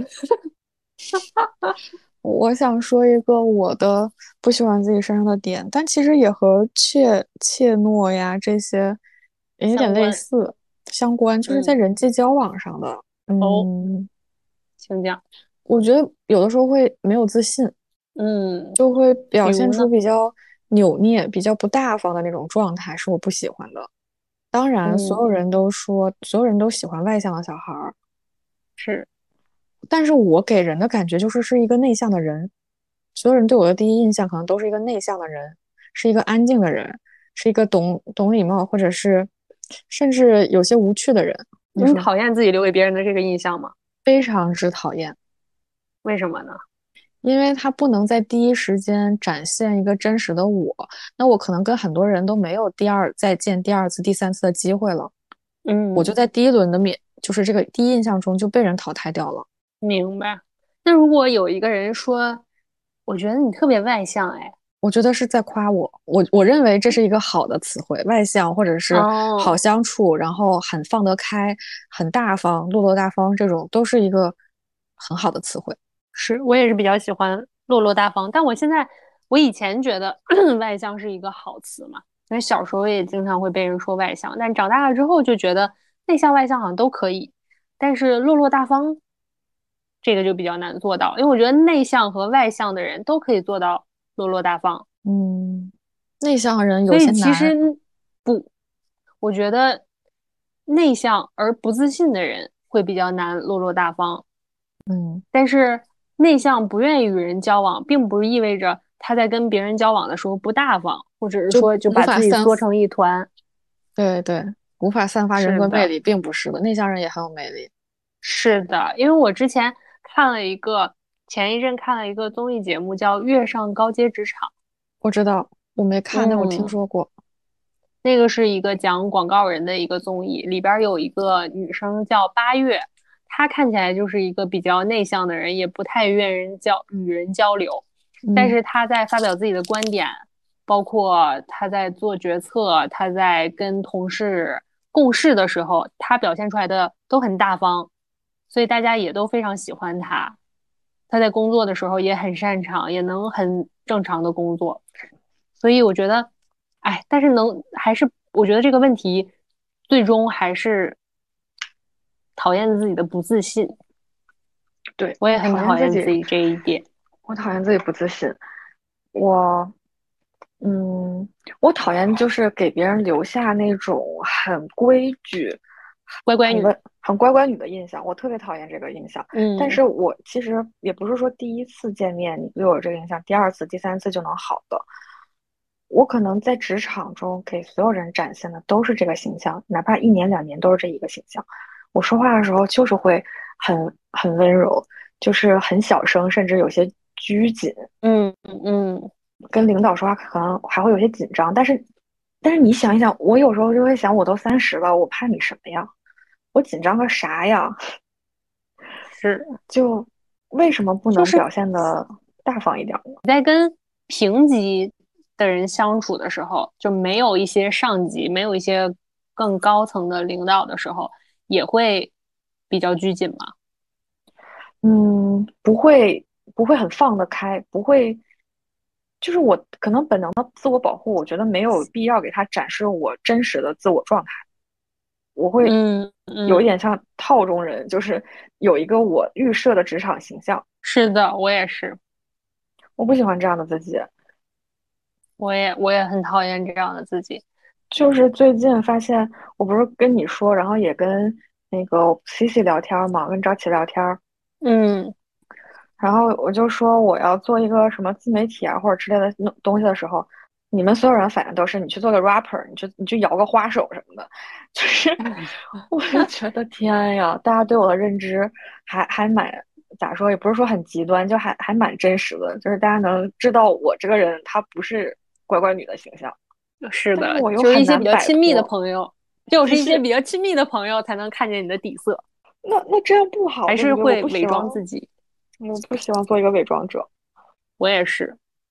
我想说一个我的不喜欢自己身上的点，但其实也和怯懦呀这些也有点相关。 类似相关，就是在嗯。 人际交往上的。 哦， 嗯， 请讲。 我觉得有的时候会没有自信， 嗯， 就会表现出比如呢？ 比较扭捏、比较不大方的那种状态，是我不喜欢的。当然，所有嗯， 人都说，所有人都喜欢外向的小孩儿， 是。 但是我给人的感觉就是是一个内向的人。所有人对我的第一印象可能都是一个内向的人，是一个安静的人，是一个懂礼貌，或者是甚至有些无趣的人。你你说， 讨厌自己留给别人的这个印象吗？ 非常之讨厌， 为什么呢？ 因为他不能在第一时间展现一个真实的我，那我可能跟很多人都没有再见第二次、第三次的机会了。我就嗯， 在第一轮的就是这个第一印象中就被人淘汰掉了。 明白。那如果有一个人说，我觉得你特别外向，哎。 我觉得是在夸我，我认为这是一个好的词汇，外向或者是好哦， 相处，然后很放得开、很大方、落落大方，这种都是一个很好的词汇。 是我也是比较喜欢落落大方，但我以前觉得外向是一个好词嘛，因为小时候也经常会被人说外向，但长大了之后就觉得内向外向好像都可以，但是落落大方这个就比较难做到，因为我觉得内向和外向的人都可以做到落落大方， 嗯，内向人有所以些难。 其实不，我觉得内向而不自信的人会比较难落落大方。 嗯， 但是内向不愿意与人交往，并不意味着他在跟别人交往的时候不大方，或者是就说就把自己缩成一团。 对对，无法散发人是的， 格魅力，并不是的，内向人也很有魅力。 是的，因为我之前前一阵看了一个综艺节目叫《跃上高阶职场》， 我知道，我没看，但我听嗯， 说过。 那个是一个讲广告人的一个综艺，里边有一个女生叫八月，她看起来就是一个比较内向的人，也不太愿与人交流。但嗯， 是她在发表自己的观点，包括她在做决策，她在跟同事共事的时候，她表现出来的都很大方，所以大家也都非常喜欢她。她在工作的时候也很擅长，也能很正常的工作。所以我觉得，哎，但是还是我觉得这个问题最终还是讨厌自己的不自信。 对， 我也很我讨厌自己， 讨厌自己这一点。 我讨厌自己不自信。我嗯，我讨厌就是给别人留下那种很规矩、 乖乖女。 很乖乖女的印象，我特别讨厌这个印象。但嗯是我其实也不是说第一次见面你对我有这个印象，第二次、第三次就能好的。我可能在职场中给所有人展现的都是这个形象，哪怕一年两年都是这一个形象。我说话的时候就是会很温柔，就是很小声，甚至有些拘谨。 嗯嗯， 跟领导说话可能还会有些紧张，但是你想一想，我有时候就会想，我都30了，我怕你什么呀？我紧张个啥呀？ 是， 就为什么不就是能表现的大方一点呢？ 在跟平级的人相处的时候，就没有一些上级，没有一些更高层的领导的时候，也会比较拘谨嘛。 嗯，不会很放得开，不会，就是我可能本能的自我保护，我觉得没有必要给他展示我真实的自我状态。我会嗯嗯， 有一点像套中人，就是有一个我预设的职场形象， 是的，我也是。 我不喜欢这样的自己。 我也很讨厌这样的自己。 就是最近发现，我不是跟你说，然后也跟那个 CC 聊天嘛，跟赵琪聊天， 嗯， 然后我就说我要做一个什么自媒体啊或者之类的东西的时候，你们所有人反应都是你去做个 rapper，你去摇个花手什么的，就是我就觉得天呀，大家对我的认知还蛮咋说，也不是说很极端，就还蛮真实的，就是大家能知道我这个人她不是乖乖女的形象，但是是的， 我又就是一些比很难较亲密的摆脱。 朋友，就是一些就是比较亲密的朋友才能看见你的底色， 那这样不好， 还是对不对？我会伪不希望， 装自己。 我不希望做一个伪装者。 我也是，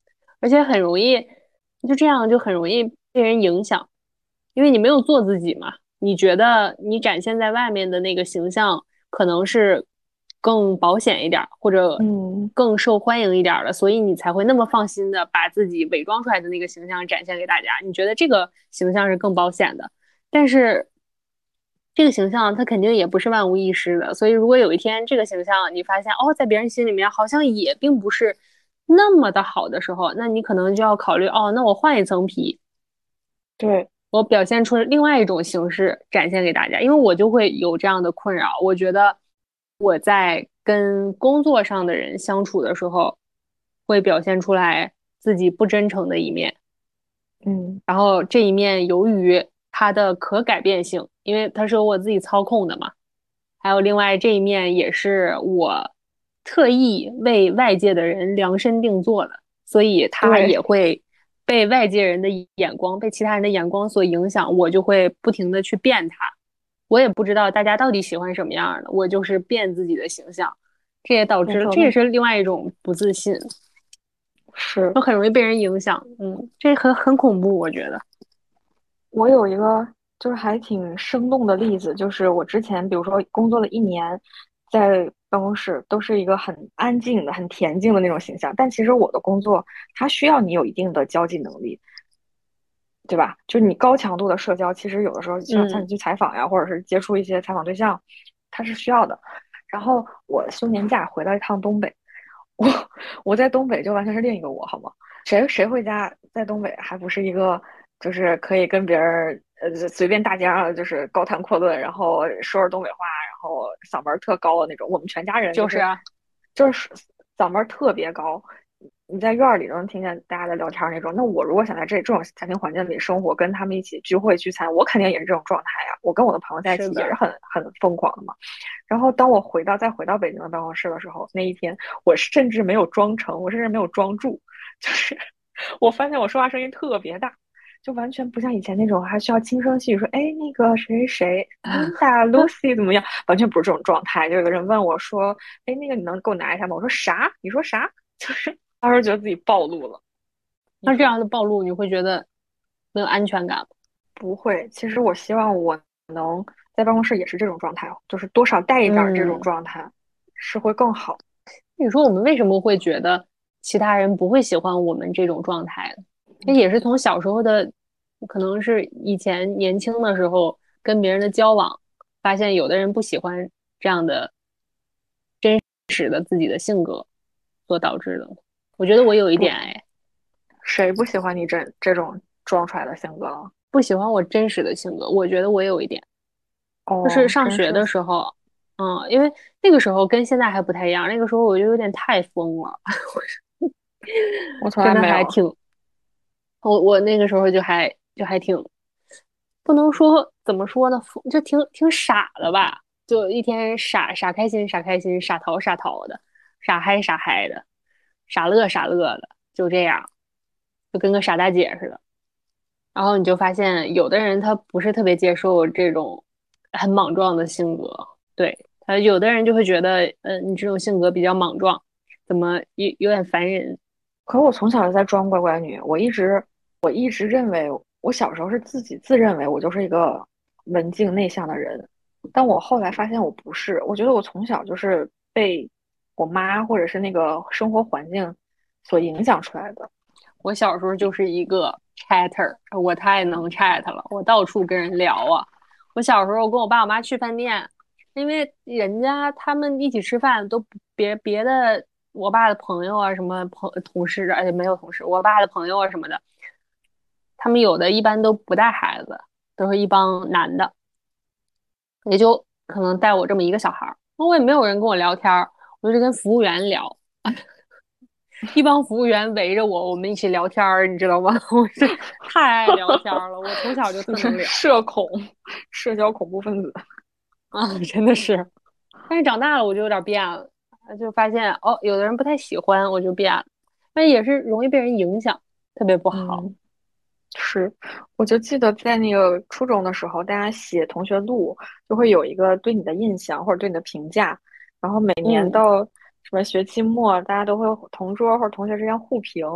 而且很容易就这样就很容易被人影响，因为你没有做自己嘛，你觉得你展现在外面的那个形象可能是更保险一点儿，或者嗯， 更受欢迎一点儿的，所以你才会那么放心的把自己伪装出来的那个形象展现给大家，你觉得这个形象是更保险的。但是这个形象它肯定也不是万无一失的，所以如果有一天这个形象你发现哦，在别人心里面好像也并不是那么的好的时候，那你可能就要考虑哦，那我换一层皮， 对， 我表现出另外一种形式展现给大家，因为我就会有这样的困扰。我觉得我在跟工作上的人相处的时候，会表现出来自己不真诚的一面。 嗯， 然后这一面由于它的可改变性，因为它是由我自己操控的嘛，还有另外这一面也是我特意为外界的人量身定做的，所以它也对， 会被外界人的眼光、被其他人的眼光所影响，我就会不停的去变它。我也不知道大家到底喜欢什么样的，我就是变自己的形象，这也导致了， 没错， 这也是另外一种不自信， 是。 就很容易被人影响。这很恐怖，我觉得。 我有一个就是还挺生动的例子，就是我之前比如说工作了1年，在办公室都是一个很安静的、很恬静的那种形象，但其实我的工作它需要你有一定的交际能力，对吧？就是你高强度的社交，其实有的时候像嗯你去采访呀，或者是接触一些采访对象，它是需要的。然后我休年假回了一趟东北，我我在东北就完全是另一个我，好吗？谁回家在东北还不是一个就是可以跟别人随便大街上就是高谈阔论，然后说着东北话，然后嗓门特高的那种。我们全家人就是就是啊， 就是嗓门特别高，你在院儿里都能听见大家在聊天那种。那我如果想在这种家庭环境里生活，跟他们一起聚会聚餐，我肯定也是这种状态呀。我跟我的朋友在一是的， 起也是很疯狂的嘛。然后当我再回到北京的办公室的时候，那一天我甚至没有装成，我甚至没有装住，就是我发现我说话声音特别大，就完全不像以前那种还需要轻声细语说，哎，那个谁谁谁，Linda、Lucy 怎么样，完全不是这种状态。就有个人问我说，哎，那个你能给我拿一下吗？我说啥？你说啥？就是当时觉得自己暴露了。你那这说样的暴露，你会觉得没有安全感吗？ 不会？其实我希望我能在办公室也是这种状态，就是多少带一点这种嗯， 状态，是会更好。 你说我们为什么会觉得其他人不会喜欢我们这种状态呢？这也是从小时候的，可能是以前年轻的时候跟别人的交往，发现有的人不喜欢这样的使的自己的性格所导致的。我觉得我有一点， 不， 哎， 谁不喜欢你这种装出来的性格啊？ 不喜欢我真实的性格。我觉得我有一点。就是哦， 上学真是， 的时候，因为那个时候跟现在还不太一样，那个时候我就有点太疯了， 我从真来没有。 的还挺，我那个时候就还挺，不能说怎么说呢，就挺傻的吧，就一天傻傻开心傻开心傻淘傻淘的，傻嗨傻嗨的，傻乐傻乐的，就这样，就跟个傻大姐似的。然后你就发现，有的人他不是特别接受这种很莽撞的性格，对，他有的人就会觉得，你这种性格比较莽撞，怎么有点烦人？ 可我从小就在装乖乖女，我一直认为，我小时候是自己自认为我就是一个文静内向的人，但我后来发现我不是，我觉得我从小就是被我妈或者是那个生活环境所影响出来的。 我小时候就是一个 chatter，我太能 chat 了，我到处跟人聊啊。我小时候跟我爸我妈去饭店，因为人家他们一起吃饭都不别的，我爸的朋友啊，什么同事啊，而且没有同事，我爸的朋友啊什么的，他们有的一般都不带孩子，都是一帮男的，也就可能带我这么一个小孩儿，我也没有人跟我聊天儿，我就跟服务员聊。一帮服务员围着我，我们一起聊天儿，你知道吗？我是太爱聊天儿了，我从小就特能聊社恐，社交恐怖分子。 啊，真的是。但是长大了我就有点变了，就发现哦，有的人不太喜欢，我就变了，但也是容易被人影响，特别不好。 嗯，是，我就记得在那个初中的时候，大家写同学录，就会有一个对你的印象或者对你的评价，然后每年嗯， 到什么学期末，大家都会同桌或者同学之间互评，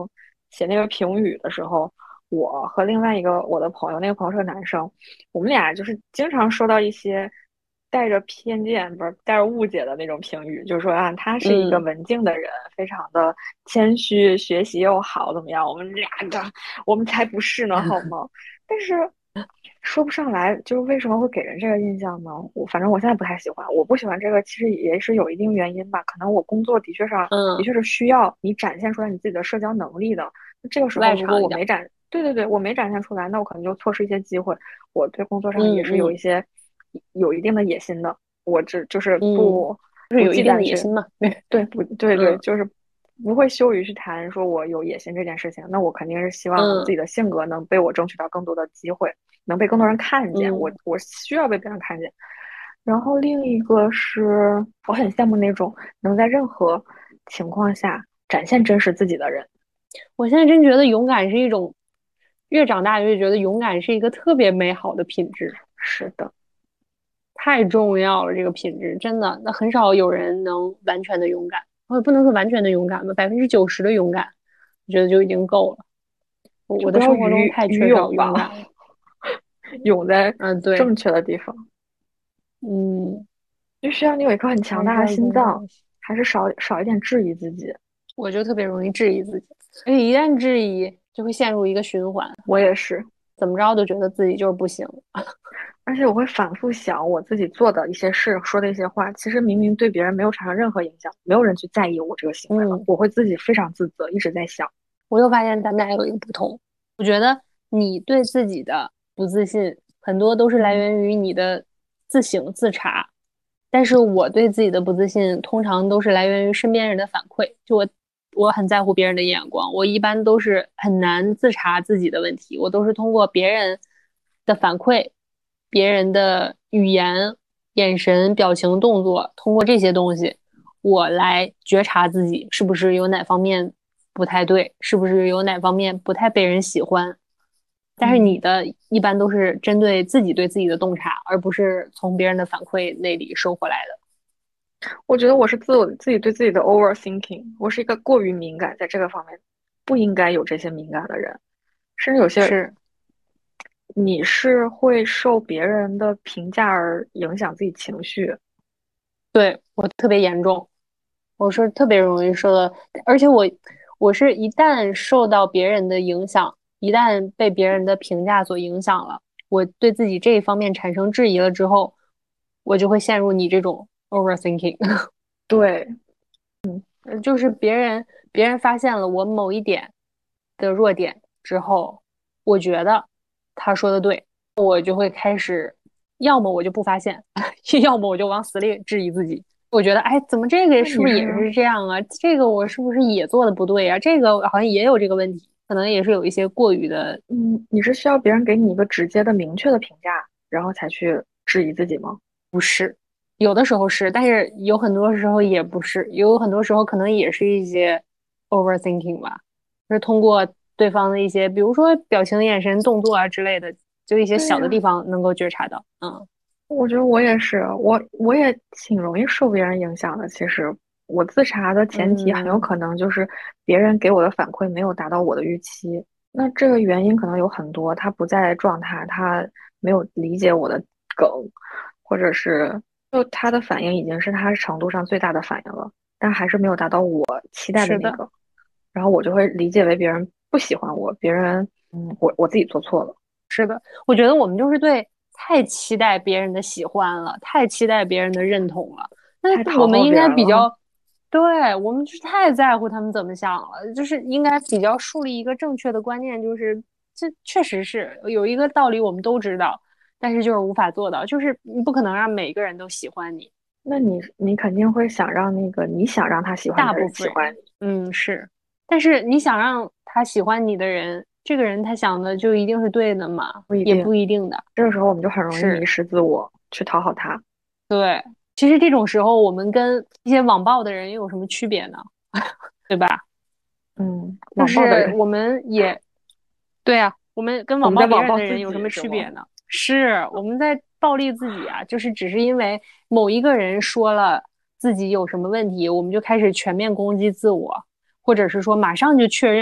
写那个评语的时候，我和另外一个我的朋友，那个朋友是个男生，我们俩就是经常收到一些带着偏见，不是带着误解的那种评语，就是说啊，他是一个嗯文静的人，非常的谦虚，学习又好，怎么样？我们俩个，我们才不是呢，好吗？但是说不上来，就是为什么会给人这个印象呢？反正我现在不太喜欢，我不喜欢这个，其实也是有一定原因吧。可能我工作的嗯， 确是需要你展现出来你自己的社交能力的。这个时候如果外场一点。 对对对，我没展现出来，那我可能就错失一些机会。我对工作上也嗯嗯有一定的野心的，我就是嗯，就是有一定的忌惮去， 野心嘛。 对，不对对， 嗯就是不会羞于去谈说我有野心这件事情。那我肯定是希望自嗯己的性格能被我争取到更多的机会，能被更多人看见。 嗯， 我需要被别人看见。然后另一个是我很羡慕那种能在任何情况下展现真实自己的人。 我现在真觉得勇敢是一种，越长大越觉得勇敢是一个特别美好的品质， 是的， 太重要了。这个品质真的，那很少有人能完全的勇敢，我也不能说完全的勇敢吧，90%的勇敢，我觉得就已经够了。我就不要的生活中太缺少勇吧， 勇敢了。 勇在嗯，对， 正确的地方。 嗯， 就需要你有一颗很强大的还是要心脏， 勇敢一些。 还是少一点质疑自己。 我就特别容易质疑自己，而且一旦质疑，就会陷入一个循环， 我也是， 怎么着都觉得自己就是不行。 而且我会反复想我自己做的一些事，说的一些话，其实明明对别人没有产生任何影响，没有人去在意我这个行为了， 嗯， 我会自己非常自责，一直在想。 我又发现咱们俩有一个不同，我觉得你对自己的不自信，很多都是来嗯， 源于你的自省自查，但是我对自己的不自信，通常都是来源于身边人的反馈。我很在乎别人的眼光，我一般都是很难自查自己的问题，我都是通过别人的反馈、别人的语言、眼神、表情、动作，通过这些东西，我来觉察自己是不是有哪方面不太对，是不是有哪方面不太被人喜欢。但是你嗯， 的一般都是针对自己对自己的洞察，而不是从别人的反馈那里收回来的。 我觉得我是自己对自己的 overthinking，我是一个过于敏感，在这个方面不应该有这些敏感的人，甚至有些是， 你是会受别人的评价而影响自己情绪。 对，我特别严重，我是特别容易受到，而且我是一旦受到别人的影响，一旦被别人的评价所影响了，我对自己这一方面产生质疑了之后，我就会陷入你这种 overthinking。 对， 就是别人发现了我某一点的弱点之后，我觉得他说的对，我就会开始，要么我就不发现，要么我就往死里质疑自己。我觉得，哎，怎么这个那你是是不是也是这样啊？这个我是不是也做的不对啊？这个好像也有这个问题，可能也是有一些过于的， 你是需要别人给你一个直接的、明确的评价，然后才去质疑自己吗？ 有的时候是，但是有很多时候也不是，有很多时候可能也是一些 overthinking 吧，就是通过对方的一些，比如说表情、眼神、动作啊之类的，就一些小的地对呀， 方能够觉察到。嗯我觉得我也是，我也挺容易受别人影响的。其实我自查的前提很有嗯， 可能就是别人给我的反馈没有达到我的预期。那这个原因可能有很多，他不在状态，他没有理解我的梗，或者是就他的反应已经是他程度上最大的反应了，但还是没有达到我期待的是的， 那个，然后我就会理解为别人不喜欢我，别人我自己做错了， 我觉得我们就是对太期待别人的喜欢了，太期待别人的认同了。那太讨好我们应别人了。 该比较，对，我们就是太在乎他们怎么想了，就是应该比较树立一个正确的观念，就是这确实是有一个道理，我们都知道，但是就是无法做到，就是你不可能让每个人都喜欢你， 那你肯定会想让那个你想让他喜欢你大的人部分人， 喜欢你， 是，但是你想让他喜欢你的人，这个人他想的就一定是对的吗？也不一定。 不一定的， 这个时候我们就很容易迷是。 失自我，去讨好他。 对，其实这种时候，我们跟一些网暴的人又有什么区别呢？对吧？ 嗯， 就网暴的人， 是我们也，对啊，我们跟我们在网暴别人的人网暴自有什么己是吗？ 区别呢？是我们在暴力自己啊，就是只是因为某一个人说了自己有什么问题，我们就开始全面攻击自我，或者是说马上就确认，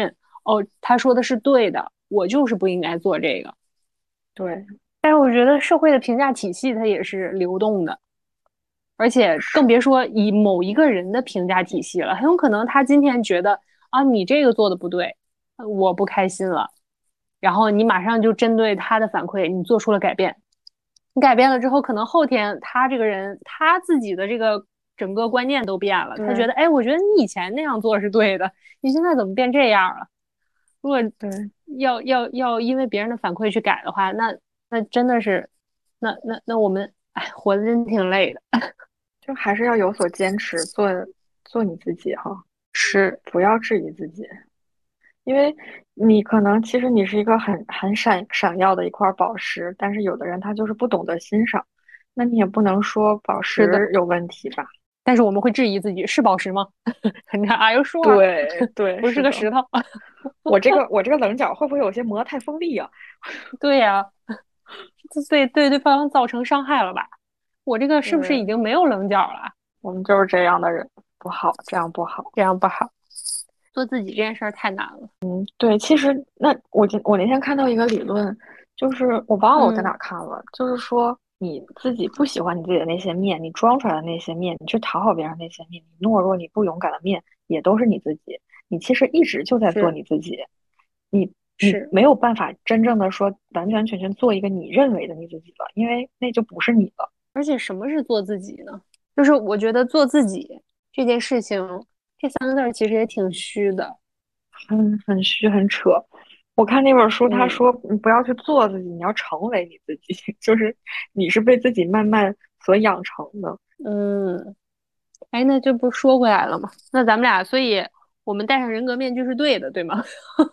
哦，他说的是对的，我就是不应该做这个。 对， 但是我觉得社会的评价体系它也是流动的，而且更别说以某一个人的评价体系了，很有可能他今天觉得啊你这个做的不对，我不开心了，然后你马上就针对他的反馈，你做出了改变。你改变了之后，可能后天他这个人他自己的这个整个观念都变了，他觉对得哎，我觉得你以前那样做是对的，你现在怎么变这样了？如果对， 要因为别人的反馈去改的话，那真的是，那我们哎活得真挺累的。 就还是要有所坚持，做你自己哈， 是不要质疑自己。因为你可能其实你是一个很闪耀的一块宝石，但是有的人他就是不懂得欣赏，那你也不能说宝是的， 石有问题吧？ 但是我们会质疑自己是宝石吗？你看，Are you sure？ 对对， 不是是的， 个石头。 我这个棱角会不会有些磨得太锋利啊？ 对呀，这对对方造成伤害了吧？我这个是不是已对， 经没有棱角了？ 我们就是这样的人，不好，这样不好。 这样不好，做自己这件事儿太难了。 对，其实我那天看到一个理论，就是我忘了我在哪嗯， 儿看了，就是说你自己不喜欢你自己的那些面，你装出来的那些面，你去讨好别人那些面，你懦弱、你不勇敢的面，也都是你自己。你其实一直就在做是你自己，你是， 没有办法真正的说完完全全做一个你认为的你自己了，因为那就不是你了。 而且什么是做自己呢？就是我觉得做自己这件事情，这三个字儿其实也挺虚的。 很虚很扯。我看那本书，他嗯说你不要去做自己，你要成为你自己，就是你是被自己慢慢所养成的。 嗯，哎，那这不说回来了吗？那咱们俩，所以我们戴上人格面具是对的，对吗？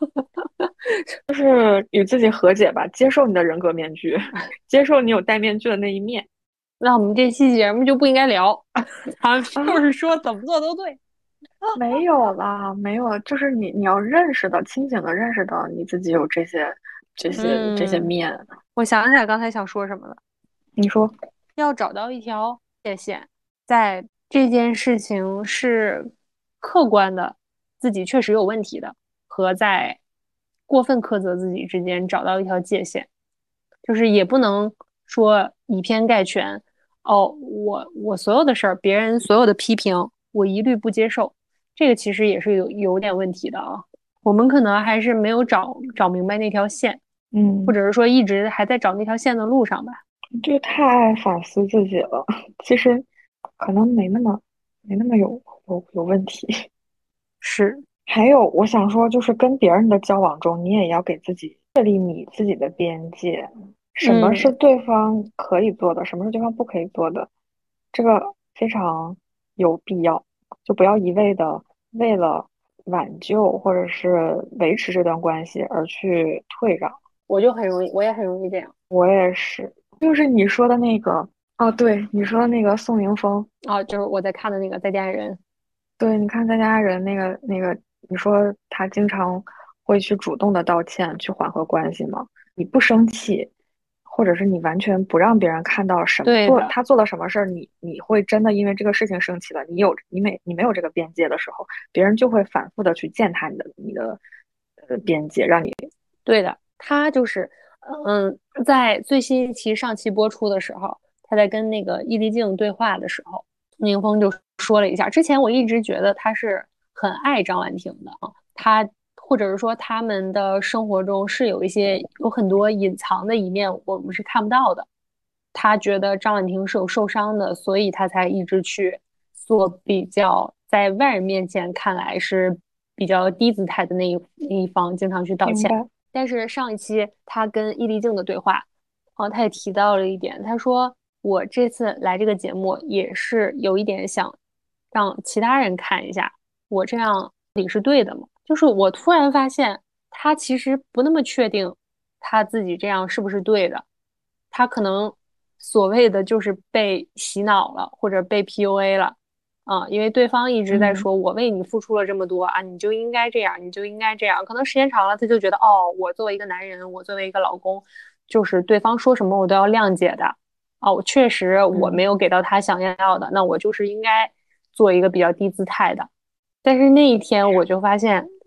就是与自己和解吧，接受你的人格面具，接受你有戴面具的那一面那我们这期节目就不应该聊，咱们就啊。 是说怎么做都对。 没有啦，没有，就是你要认识到，清醒的认识到你自己有这些嗯， 面。 我想起来刚才想说什么了， 你说， 要找到一条界限，在这件事情是客观的，自己确实有问题的，和在过分苛责自己之间找到一条界限，就是也不能说以偏概全。哦，我所有的事儿，别人所有的批评，我一律不接受，这个其实也是有点问题的啊。我们可能还是没有找明白那条线，或嗯， 者是说一直还在找那条线的路上吧。 这个太反思自己了，其实可能没那么有问题。 是， 还有，我想说，就是跟别人的交往中，你也要给自己设立你自己的边界，什么是嗯， 对方可以做的，什么是对方不可以做的，这个非常有必要。就不要一味的为了挽救或者是维持这段关系而去退让。 我就很容易，我也很容易这样我也是，就是你说的那个，哦，对，你说的那个宋宁峰， 啊。就是我在看的那个《再见爱人》， 对，你看咱家人那个，你说他经常会去主动的道歉，去缓和关系吗？你不生气，或者是你完全不让别人看到对的， 他做了什么事儿，你会真的因为这个事情生气了。你没有这个边界的时候，别人就会反复的去践踏你的边界，让你对的，他就是，在最新一期上期播出的时候，他在跟那个伊丽静对话的时候，宁峰就说了一下，之前我一直觉得他是很爱张婉婷的啊，他或者是说他们的生活中是有很多隐藏的一面，我们是看不到的。他觉得张婉婷是有受伤的，所以他才一直去做比较在外人面前看来是比较低姿态的那一方，经常去道歉。 明白。 但是上一期他跟易立竞的对话，他也提到了一点，他说我这次来这个节目也是有一点想让其他人看一下，我这样理是对的吗？就是我突然发现他其实不那么确定他自己这样是不是对的，他可能所谓的就是被洗脑了，或者被 PUA 了。因为对方一直在嗯， 说，我为你付出了这么多啊，你就应该这样，你就应该这样。可能时间长了，他就觉得，哦，我作为一个男人，我作为一个老公，就是对方说什么我都要谅解的。我确实我没嗯， 有给到他想要的，那我就是应该做一个比较低姿态的。但是那一天我就发现，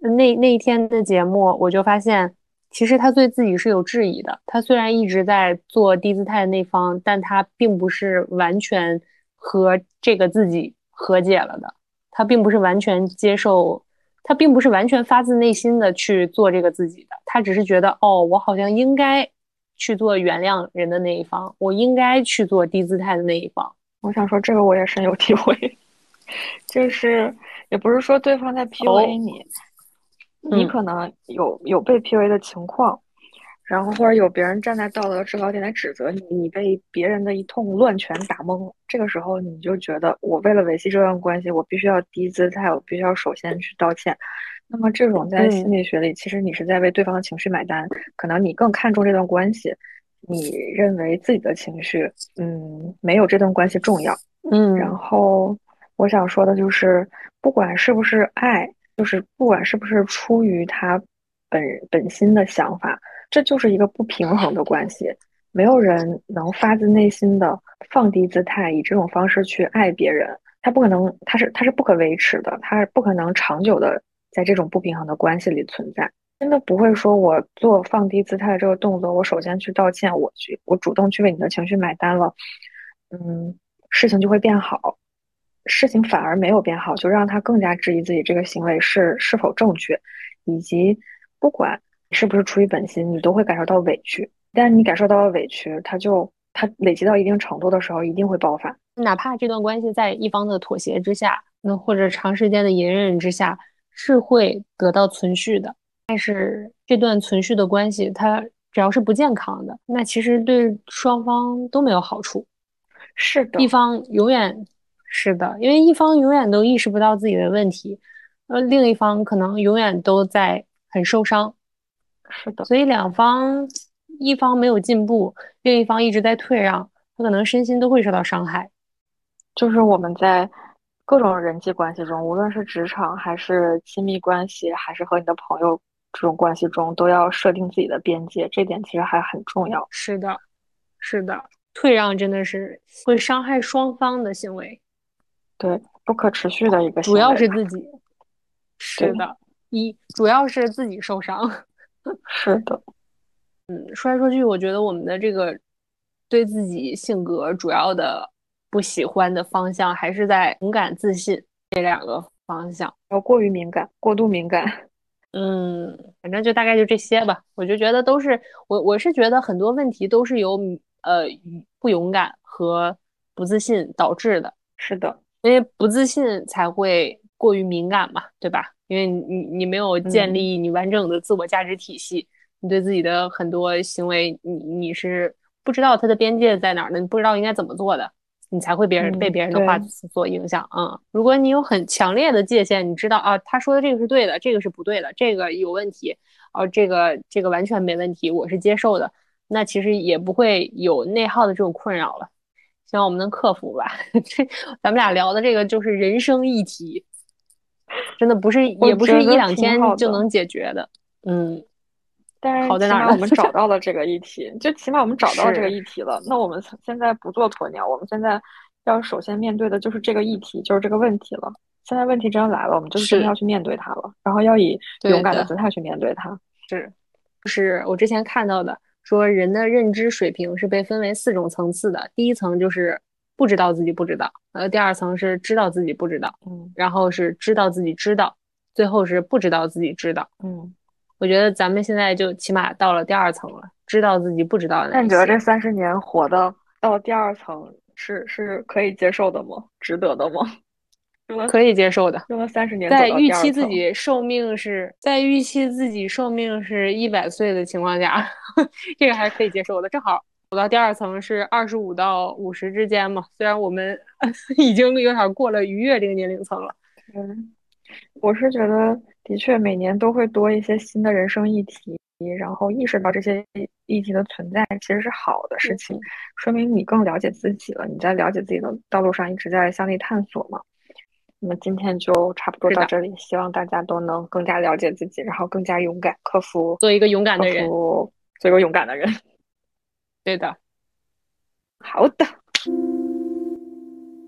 那一天的节目，我就发现，其实他对自己是有质疑的。他虽然一直在做低姿态的那方，但他并不是完全和这个自己和解了的。他并不是完全接受，他并不是完全发自内心的去做这个自己的。他只是觉得，哦，我好像应该去做原谅人的那一方，我应该去做低姿态的那一方。 我想说这个我也深有体会，就是也不是说对方在 PUA 哦， 你，你嗯可能有被 PUA 的情况，然后或者有别人站在道德制高点来指责你，你被别人的一通乱拳打懵，这个时候你就觉得我为了维系这段关系，我必须要低姿态，我必须要首先去道歉。那么这种在心嗯理学里，其实你是在为对方的情绪买单，可能你更看重这段关系，你认为自己的情绪，没有这段关系重要。然嗯后我想说的就是，不管是不是爱，就是不管是不是出于他本本心的想法，这就是一个不平衡的关系。没有人能发自内心的放低姿态，以这种方式去爱别人。他不可能，他是不可维持的，他不可能长久的在这种不平衡的关系里存在。真的不会说我做放低姿态的这个动作，我首先去道歉，我主动去为你的情绪买单了，嗯，事情就会变好。事情反而没有变好，就让他更加质疑自己这个行为是否正确，以及不管是不是出于本心，你都会感受到委屈。一旦你感受到了委屈，他累积到一定程度的时候，一定会爆发。 哪怕这段关系在一方的妥协之下，那或者长时间的隐忍之下，是会得到存续的。但是这段存续的关系，它只要是不健康的，那其实对双方都没有好处。一是的， 方永远是的，因为一方永远都意识不到自己的问题，另一方可能永远都在很受伤， 是的， 所以两方一方没有进步，另一方一直在退让，他可能身心都会受到伤害。 就是我们在各种人际关系中，无论是职场还是亲密关系，还是和你的朋友这种关系中，都要设定自己的边界，这点其实还很重要。 是的，是的，退让真的是会伤害双方的行为， 对，不可持续的一个主要行为。 是自己。是对， 的，主要是自己受伤。 是的。 说来说去，我觉得我们的这个对自己性格主要的不喜欢的方向，还是在勇敢、自信这两个方向。 要过于敏感，过度敏感。 反正就大概就这些吧。我就觉得都是我是觉得很多问题都是由不勇敢和不自信导致的。 是的， 因为不自信才会过于敏感嘛，对吧？因为你没有建嗯立你完整的自我价值体系，你对自己的很多行为，你是不知道它的边界在哪儿的，你不知道应该怎么做的，你才会被嗯， 别人的话对， 所影响。如果你有很强烈的界限，你知道啊，他说的这个是对的，这个是不对的，这个有问题，这个完全没问题，我是接受的，那其实也不会有内耗的这种困扰了。希望我们能克服吧。这咱们俩聊的这个就是人生议题，真的不是， 我也不是一觉得两天挺好的。 就能解决的。嗯， 但是好在哪儿呢？ 起码我们找到了这个议题，就起码我们找到这个是议题了。那我们现在不做鸵鸟，我们现在要首先面对的就是这个议题，就是这个问题了。现在问题真的来了，我们就是真的要是， 去面对它了，然后要以勇敢的对的， 姿态去面对它。 是我之前看到的，说人的认知水平是被分为4种层次的。第一层就是不知道自己不知道，第二层是知道自己不知道， 嗯然后是知道自己知道，最后是不知道自己知道。 嗯， 我觉得咱们现在就起码到了第二层了，知道自己不知道的那你觉得这那一些。 30年活到第二层是可以接受的吗？值得的吗？用了可以接受的。 用了30年走到在预第二层， 期自己寿命是在预期自己寿命是100岁的情况下，这个还是可以接受的。正好走到第二层是25到50之间嘛，虽然我们已经有点过了逾越这个年龄层了。 嗯。我是觉得，的确每年都会多一些新的人生议题，然后意识到这些议题的存在，其实是好的事情， 嗯， 说明你更了解自己了。你在了解自己的道路上一直在向内探索嘛。那么今天就差不多是的， 到这里，希望大家都能更加了解自己，然后更加勇敢， 做一个勇敢克的人。 服，做一个勇敢的人。 对的。 好的。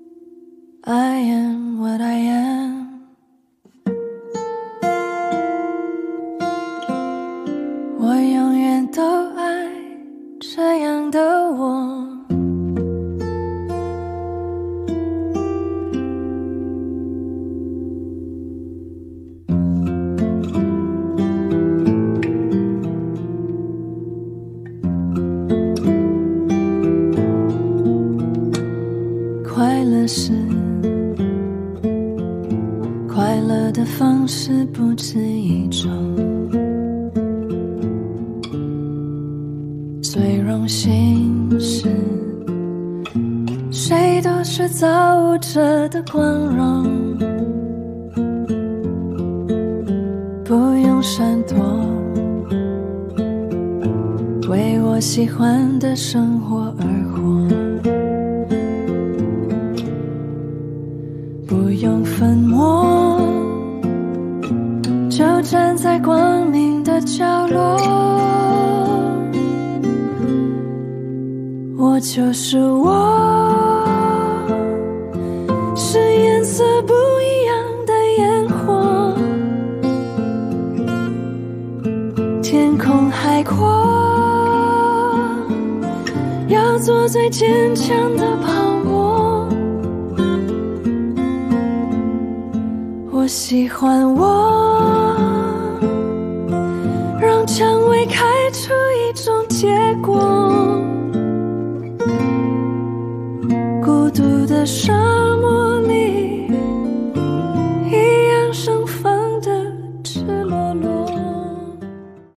I am what I am. 我永远都爱这样的我。快乐是快乐的方式不止一种，最荣幸是谁都是造物者的光荣，不用闪躲，为我喜欢的生活而活，不用粉墨，就站在光明的角落，我就是我，是颜色不一样的烟火，天空海阔，要做最坚强的泡沫，我喜欢我，让蔷薇开出一种结果，孤独的沙漠里